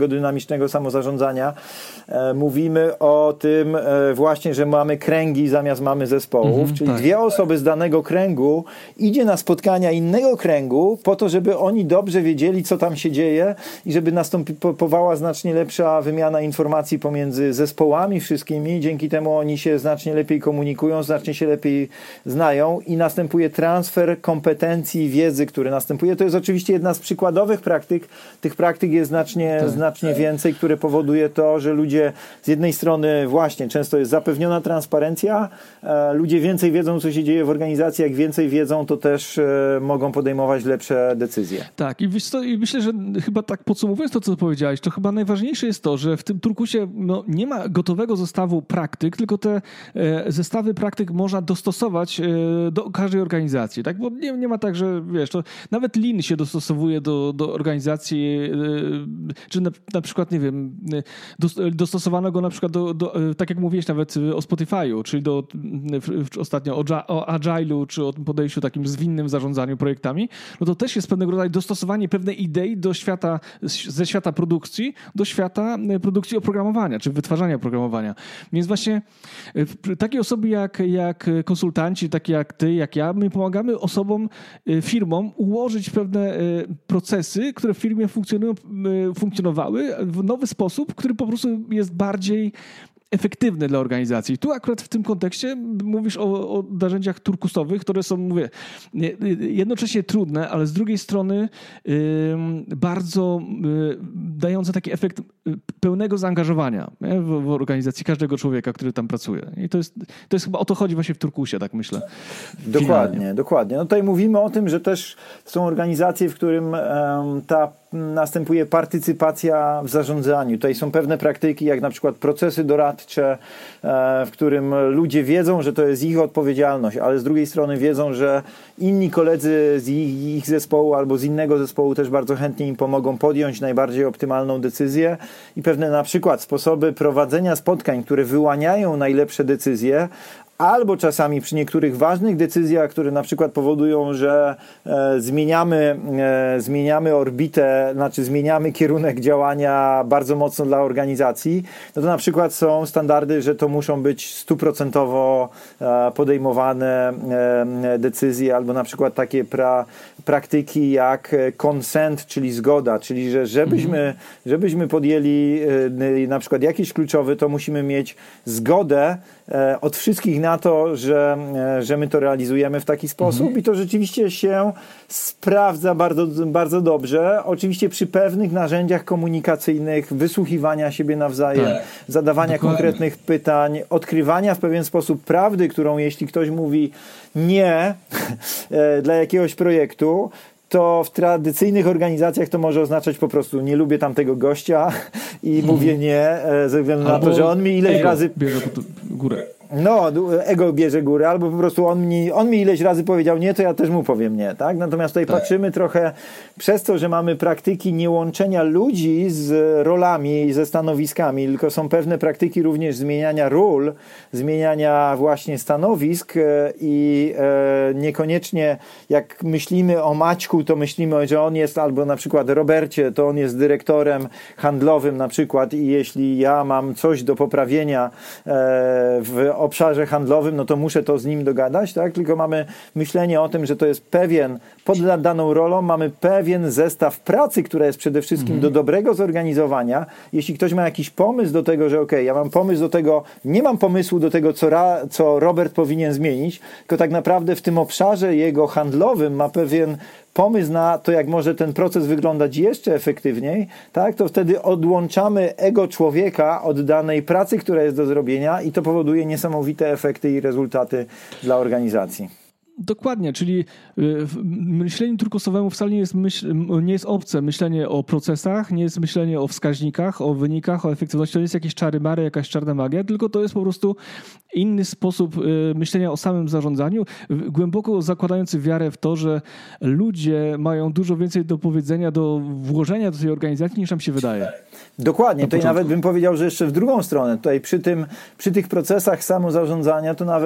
tego dynamicznego samozarządzania, mówimy o tym właśnie, że mamy kręgi zamiast mamy zespołów, czyli dwie osoby z danego kręgu idzie na spotkania innego kręgu po to, żeby oni dobrze wiedzieli, co tam się dzieje i żeby następowała znacznie lepsza wymiana informacji pomiędzy zespołami wszystkimi. Dzięki temu oni się znacznie lepiej komunikują, znacznie się lepiej znają i następuje transfer kompetencji, wiedzy, który następuje. To jest oczywiście jedna z przykładowych praktyk. Tych praktyk jest znacznie więcej, które powoduje to, że ludzie z jednej strony właśnie często jest zapewniona transparencja, ludzie więcej wiedzą, co się dzieje w organizacji, jak więcej wiedzą, to też mogą podejmować lepsze decyzje. Tak, i myślę, że chyba tak podsumowując to, co powiedziałeś, to chyba najważniejsze jest to, że w tym turkusie nie ma gotowego zestawu praktyk, tylko te zestawy praktyk można dostosować do każdej organizacji, tak? Bo nie ma tak, że wiesz, to nawet Lean się dostosowuje do organizacji, czy na przykład, nie wiem, dostosowano go na przykład tak jak mówiłeś nawet o Spotify'u, czyli ostatnio o Agile'u, czy o tym podejściu takim zwinnym zarządzaniu projektami, no to też jest pewnego rodzaju dostosowanie pewnej idei ze świata produkcji do świata produkcji oprogramowania, czy wytwarzania oprogramowania. Więc właśnie takie osoby jak konsultanci, takie jak ty, jak ja, my pomagamy osobom, firmom ułożyć pewne procesy, które w firmie funkcjonowały w nowy sposób, który po prostu jest bardziej efektywny dla organizacji. Tu akurat w tym kontekście mówisz o narzędziach turkusowych, które są, mówię, jednocześnie trudne, ale z drugiej strony bardzo dające taki efekt pełnego zaangażowania w organizacji każdego człowieka, który tam pracuje. I to jest chyba o to chodzi właśnie w turkusie, tak myślę. Dokładnie. No tutaj mówimy o tym, że też są organizacje, w którym następuje partycypacja w zarządzaniu. Tutaj są pewne praktyki, jak na przykład procesy doradcze, w którym ludzie wiedzą, że to jest ich odpowiedzialność, ale z drugiej strony wiedzą, że inni koledzy z ich zespołu albo z innego zespołu też bardzo chętnie im pomogą podjąć najbardziej optymalną decyzję i pewne na przykład sposoby prowadzenia spotkań, które wyłaniają najlepsze decyzje, albo czasami przy niektórych ważnych decyzjach, które na przykład powodują, że zmieniamy orbitę, znaczy zmieniamy kierunek działania bardzo mocno dla organizacji, no to na przykład są standardy, że to muszą być 100% podejmowane decyzje, albo na przykład takie praktyki jak consent, czyli zgoda, czyli że żebyśmy podjęli na przykład jakiś kluczowy, to musimy mieć zgodę od wszystkich na to, że my to realizujemy w taki sposób i to rzeczywiście się sprawdza bardzo, bardzo dobrze. Oczywiście przy pewnych narzędziach komunikacyjnych, wysłuchiwania siebie nawzajem, zadawania konkretnych pytań, odkrywania w pewien sposób prawdy, którą jeśli ktoś mówi nie dla jakiegoś projektu, to w tradycyjnych organizacjach to może oznaczać po prostu nie lubię tamtego gościa i mówię nie ze względu na to, że on mi ileś razy bierze górę. No, ego bierze górę, albo po prostu on mi ileś razy powiedział nie, to ja też mu powiem nie, tak? Natomiast tutaj patrzymy trochę przez to, że mamy praktyki niełączenia ludzi z rolami i ze stanowiskami, tylko są pewne praktyki również zmieniania ról, zmieniania właśnie stanowisk i niekoniecznie jak myślimy o Maćku, to myślimy, że on jest albo na przykład Robercie, to on jest dyrektorem handlowym na przykład i jeśli ja mam coś do poprawienia w obszarze handlowym, no to muszę to z nim dogadać, tak? Tylko mamy myślenie o tym, że to jest pod daną rolą mamy pewien zestaw pracy, która jest przede wszystkim do dobrego zorganizowania. Jeśli ktoś ma jakiś pomysł do tego, że ja mam pomysł do tego, nie mam pomysłu do tego, co Robert powinien zmienić, tylko tak naprawdę w tym obszarze jego handlowym ma pewien pomysł na to, jak może ten proces wyglądać jeszcze efektywniej, tak, to wtedy odłączamy ego człowieka od danej pracy, która jest do zrobienia i to powoduje niesamowite efekty i rezultaty dla organizacji. Dokładnie, czyli myśleniu turkusowemu wcale nie jest obce myślenie o procesach, nie jest myślenie o wskaźnikach, o wynikach, o efektywności. To nie jest jakieś czary-mary, jakaś czarna magia, tylko to jest po prostu inny sposób myślenia o samym zarządzaniu, głęboko zakładający wiarę w to, że ludzie mają dużo więcej do powiedzenia, do włożenia do tej organizacji, niż nam się wydaje. Dokładnie. Tutaj nawet bym powiedział, że jeszcze w drugą stronę. Tutaj przy tych procesach samozarządzania to nawet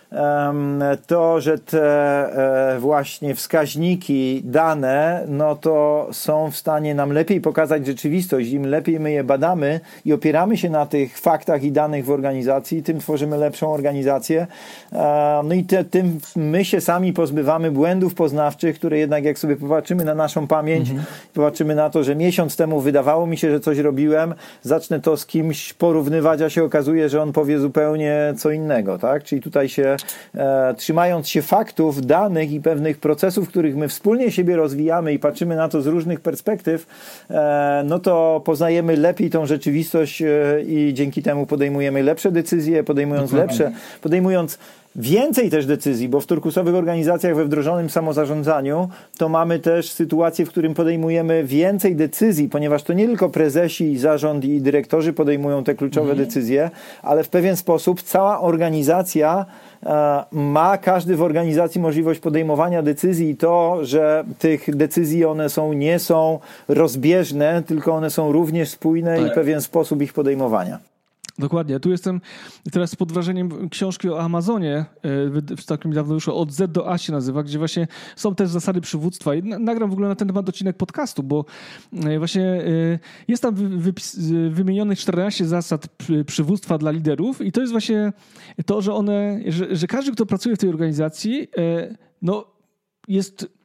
to, że te właśnie wskaźniki, dane, no to są w stanie nam lepiej pokazać rzeczywistość. Im lepiej my je badamy i opieramy się na tych faktach i danych w organizacji, tym tworzymy lepszą organizację. No i tym my się sami pozbywamy błędów poznawczych, które jednak jak sobie popatrzymy na naszą pamięć, popatrzymy na to, że miesiąc temu wydawało mi się, że coś robiłem, zacznę to z kimś porównywać, a się okazuje, że on powie zupełnie co innego, tak? Czyli tutaj się trzymając się faktów, danych i pewnych procesów, których my wspólnie siebie rozwijamy i patrzymy na to z różnych perspektyw, no to poznajemy lepiej tą rzeczywistość i dzięki temu podejmujemy lepsze decyzje, podejmując więcej też decyzji, bo w turkusowych organizacjach we wdrożonym samozarządzaniu to mamy też sytuację, w którym podejmujemy więcej decyzji, ponieważ to nie tylko prezesi, zarząd i dyrektorzy podejmują te kluczowe decyzje, ale w pewien sposób cała organizacja ma każdy w organizacji możliwość podejmowania decyzji i to, że tych decyzji nie są rozbieżne, tylko one są również spójne i pewien sposób ich podejmowania. Dokładnie. Tu jestem teraz pod wrażeniem książki o Amazonie, w takim dawno już od Z do A się nazywa, gdzie właśnie są też zasady przywództwa. I nagram w ogóle na ten temat odcinek podcastu, bo właśnie jest tam wymienionych 14 zasad przywództwa dla liderów i to jest właśnie to, że każdy, kto pracuje w tej organizacji, no jest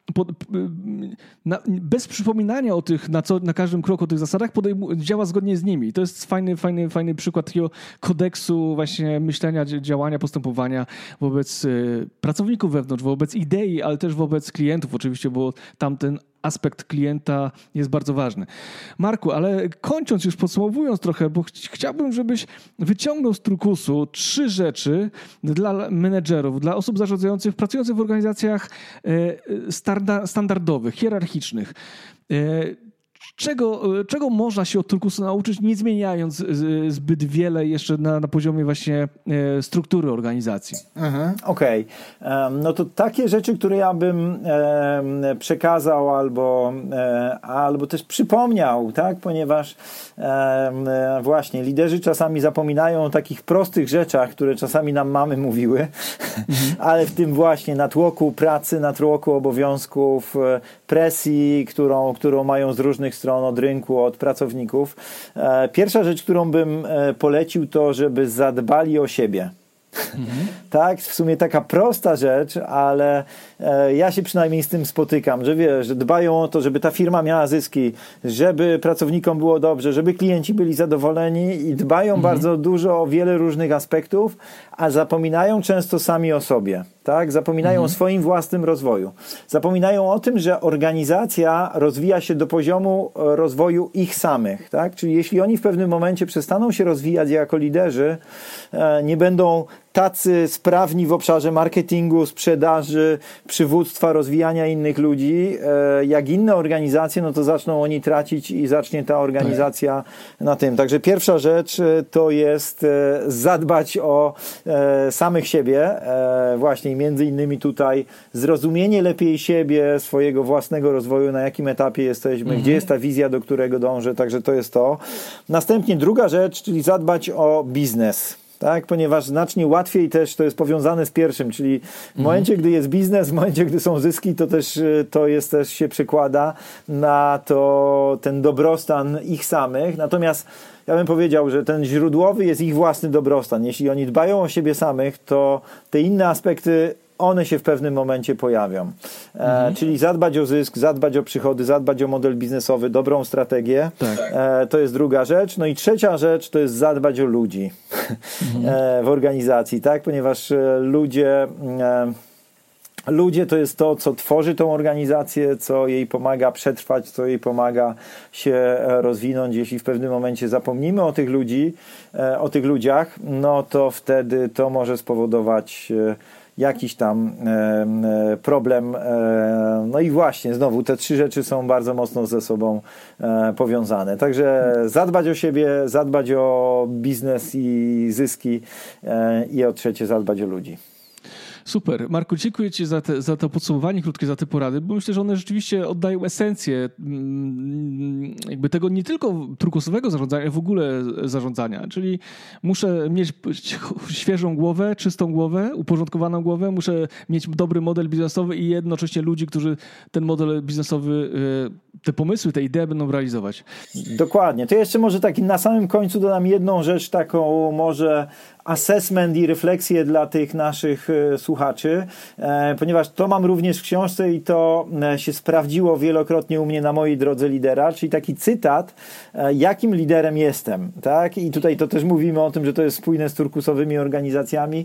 bez przypominania o tych, na każdym kroku o tych zasadach działa zgodnie z nimi. To jest fajny przykład takiego kodeksu właśnie myślenia, działania, postępowania wobec pracowników wewnątrz, wobec idei, ale też wobec klientów oczywiście, bo tamten aspekt klienta jest bardzo ważny. Marku, ale kończąc już, podsumowując trochę, bo chciałbym, żebyś wyciągnął z turkusu 3 rzeczy dla menedżerów, dla osób zarządzających, pracujących w organizacjach standardowych, hierarchicznych. Czego można się od turkusu nauczyć, nie zmieniając zbyt wiele jeszcze na poziomie właśnie struktury organizacji? Okej. No to takie rzeczy, które ja bym przekazał albo też przypomniał, tak? Ponieważ właśnie liderzy czasami zapominają o takich prostych rzeczach, które czasami nam mamy mówiły, ale w tym właśnie natłoku pracy, natłoku obowiązków, presji, którą mają z różnych stron, od rynku, od pracowników. Pierwsza rzecz, którą bym polecił, to żeby zadbali o siebie. Tak, w sumie taka prosta rzecz, ale ja się przynajmniej z tym spotykam, że wiesz, że dbają o to, żeby ta firma miała zyski, żeby pracownikom było dobrze, żeby klienci byli zadowoleni i dbają bardzo dużo o wiele różnych aspektów, a zapominają często sami o sobie. Tak? Zapominają o swoim własnym rozwoju. Zapominają o tym, że organizacja rozwija się do poziomu rozwoju ich samych. Tak? Czyli jeśli oni w pewnym momencie przestaną się rozwijać jako liderzy, nie będą tacy sprawni w obszarze marketingu, sprzedaży, przywództwa, rozwijania innych ludzi, jak inne organizacje, no to zaczną oni tracić i zacznie ta organizacja na tym. Także pierwsza rzecz to jest zadbać o samych siebie, właśnie między innymi tutaj zrozumienie lepiej siebie, swojego własnego rozwoju, na jakim etapie jesteśmy, gdzie jest ta wizja, do którego dążę, także to jest to. Następnie druga rzecz, czyli zadbać o biznes. Tak, ponieważ znacznie łatwiej też to jest powiązane z pierwszym, czyli w momencie, gdy jest biznes, w momencie, gdy są zyski, to też się przekłada na ten dobrostan ich samych. Natomiast ja bym powiedział, że ten źródłowy jest ich własny dobrostan. Jeśli oni dbają o siebie samych, to te inne aspekty one się w pewnym momencie pojawią. Czyli zadbać o zysk, zadbać o przychody, zadbać o model biznesowy, dobrą strategię. Tak. To jest druga rzecz. No i trzecia rzecz to jest zadbać o ludzi w organizacji, tak? Ponieważ ludzie to jest to, co tworzy tą organizację, co jej pomaga przetrwać, co jej pomaga się rozwinąć. Jeśli w pewnym momencie zapomnimy o tych ludziach, no to wtedy to może spowodować jakiś tam problem. No i właśnie, znowu te 3 rzeczy są bardzo mocno ze sobą powiązane. Także zadbać o siebie, zadbać o biznes i zyski i o trzecie zadbać o ludzi. Super. Marku, dziękuję Ci za to podsumowanie krótkie, za te porady, bo myślę, że one rzeczywiście oddają esencję jakby tego nie tylko turkusowego zarządzania, ale w ogóle zarządzania. Czyli muszę mieć świeżą głowę, czystą głowę, uporządkowaną głowę, muszę mieć dobry model biznesowy i jednocześnie ludzi, którzy ten model biznesowy, te pomysły, te idee będą realizować. Dokładnie. To jeszcze może tak na samym końcu dodam jedną rzecz, taką może assessment i refleksję dla tych naszych słuchaczy, ponieważ to mam również w książce i to się sprawdziło wielokrotnie u mnie na mojej drodze lidera, czyli taki cytat, jakim liderem jestem, tak? I tutaj to też mówimy o tym, że to jest spójne z turkusowymi organizacjami,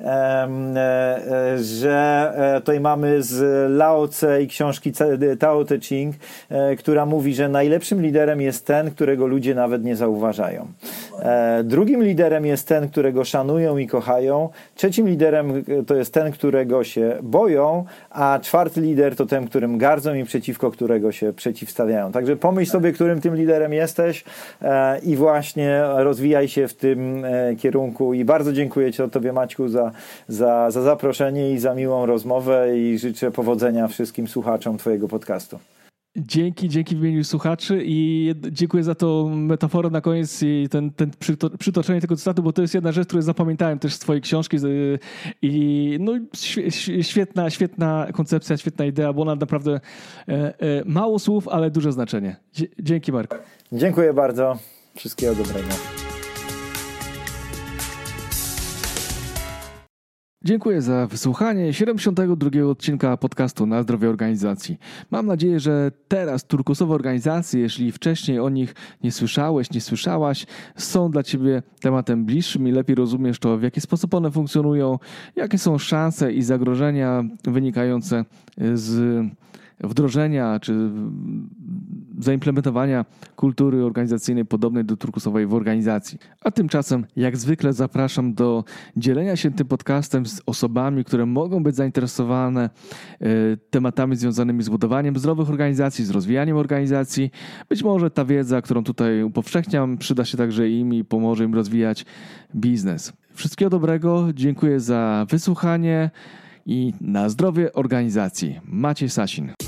że tutaj mamy z Lao Tse i książki Tao Te Ching, która mówi, że najlepszym liderem jest ten, którego ludzie nawet nie zauważają. Drugim liderem jest ten, którego szanują i kochają. Trzecim liderem to jest ten, którego się boją, a czwarty lider to ten, którym gardzą i przeciwko którego się przeciwstawiają. Także pomyśl sobie, którym tym liderem jesteś i właśnie rozwijaj się w tym kierunku. I bardzo dziękuję Tobie, Maćku, za zaproszenie i za miłą rozmowę i życzę powodzenia wszystkim słuchaczom Twojego podcastu. Dzięki w imieniu słuchaczy i dziękuję za tą metaforę na koniec i ten przytoczenie tego cytatu, bo to jest jedna rzecz, którą zapamiętałem też z Twojej książki i no, świetna koncepcja, świetna idea, bo ona naprawdę mało słów, ale duże znaczenie. Dzięki, Marku. Dziękuję bardzo. Wszystkiego dobrego. Dziękuję za wysłuchanie 72. odcinka podcastu Na zdrowie organizacji. Mam nadzieję, że teraz turkusowe organizacje, jeśli wcześniej o nich nie słyszałeś, nie słyszałaś, są dla Ciebie tematem bliższym i lepiej rozumiesz to, w jaki sposób one funkcjonują, jakie są szanse i zagrożenia wynikające z wdrożenia czy zaimplementowania kultury organizacyjnej podobnej do turkusowej w organizacji. A tymczasem, jak zwykle, zapraszam do dzielenia się tym podcastem z osobami, które mogą być zainteresowane tematami związanymi z budowaniem zdrowych organizacji, z rozwijaniem organizacji. Być może ta wiedza, którą tutaj upowszechniam, przyda się także im i pomoże im rozwijać biznes. Wszystkiego dobrego, dziękuję za wysłuchanie i na zdrowie organizacji. Maciej Sasin.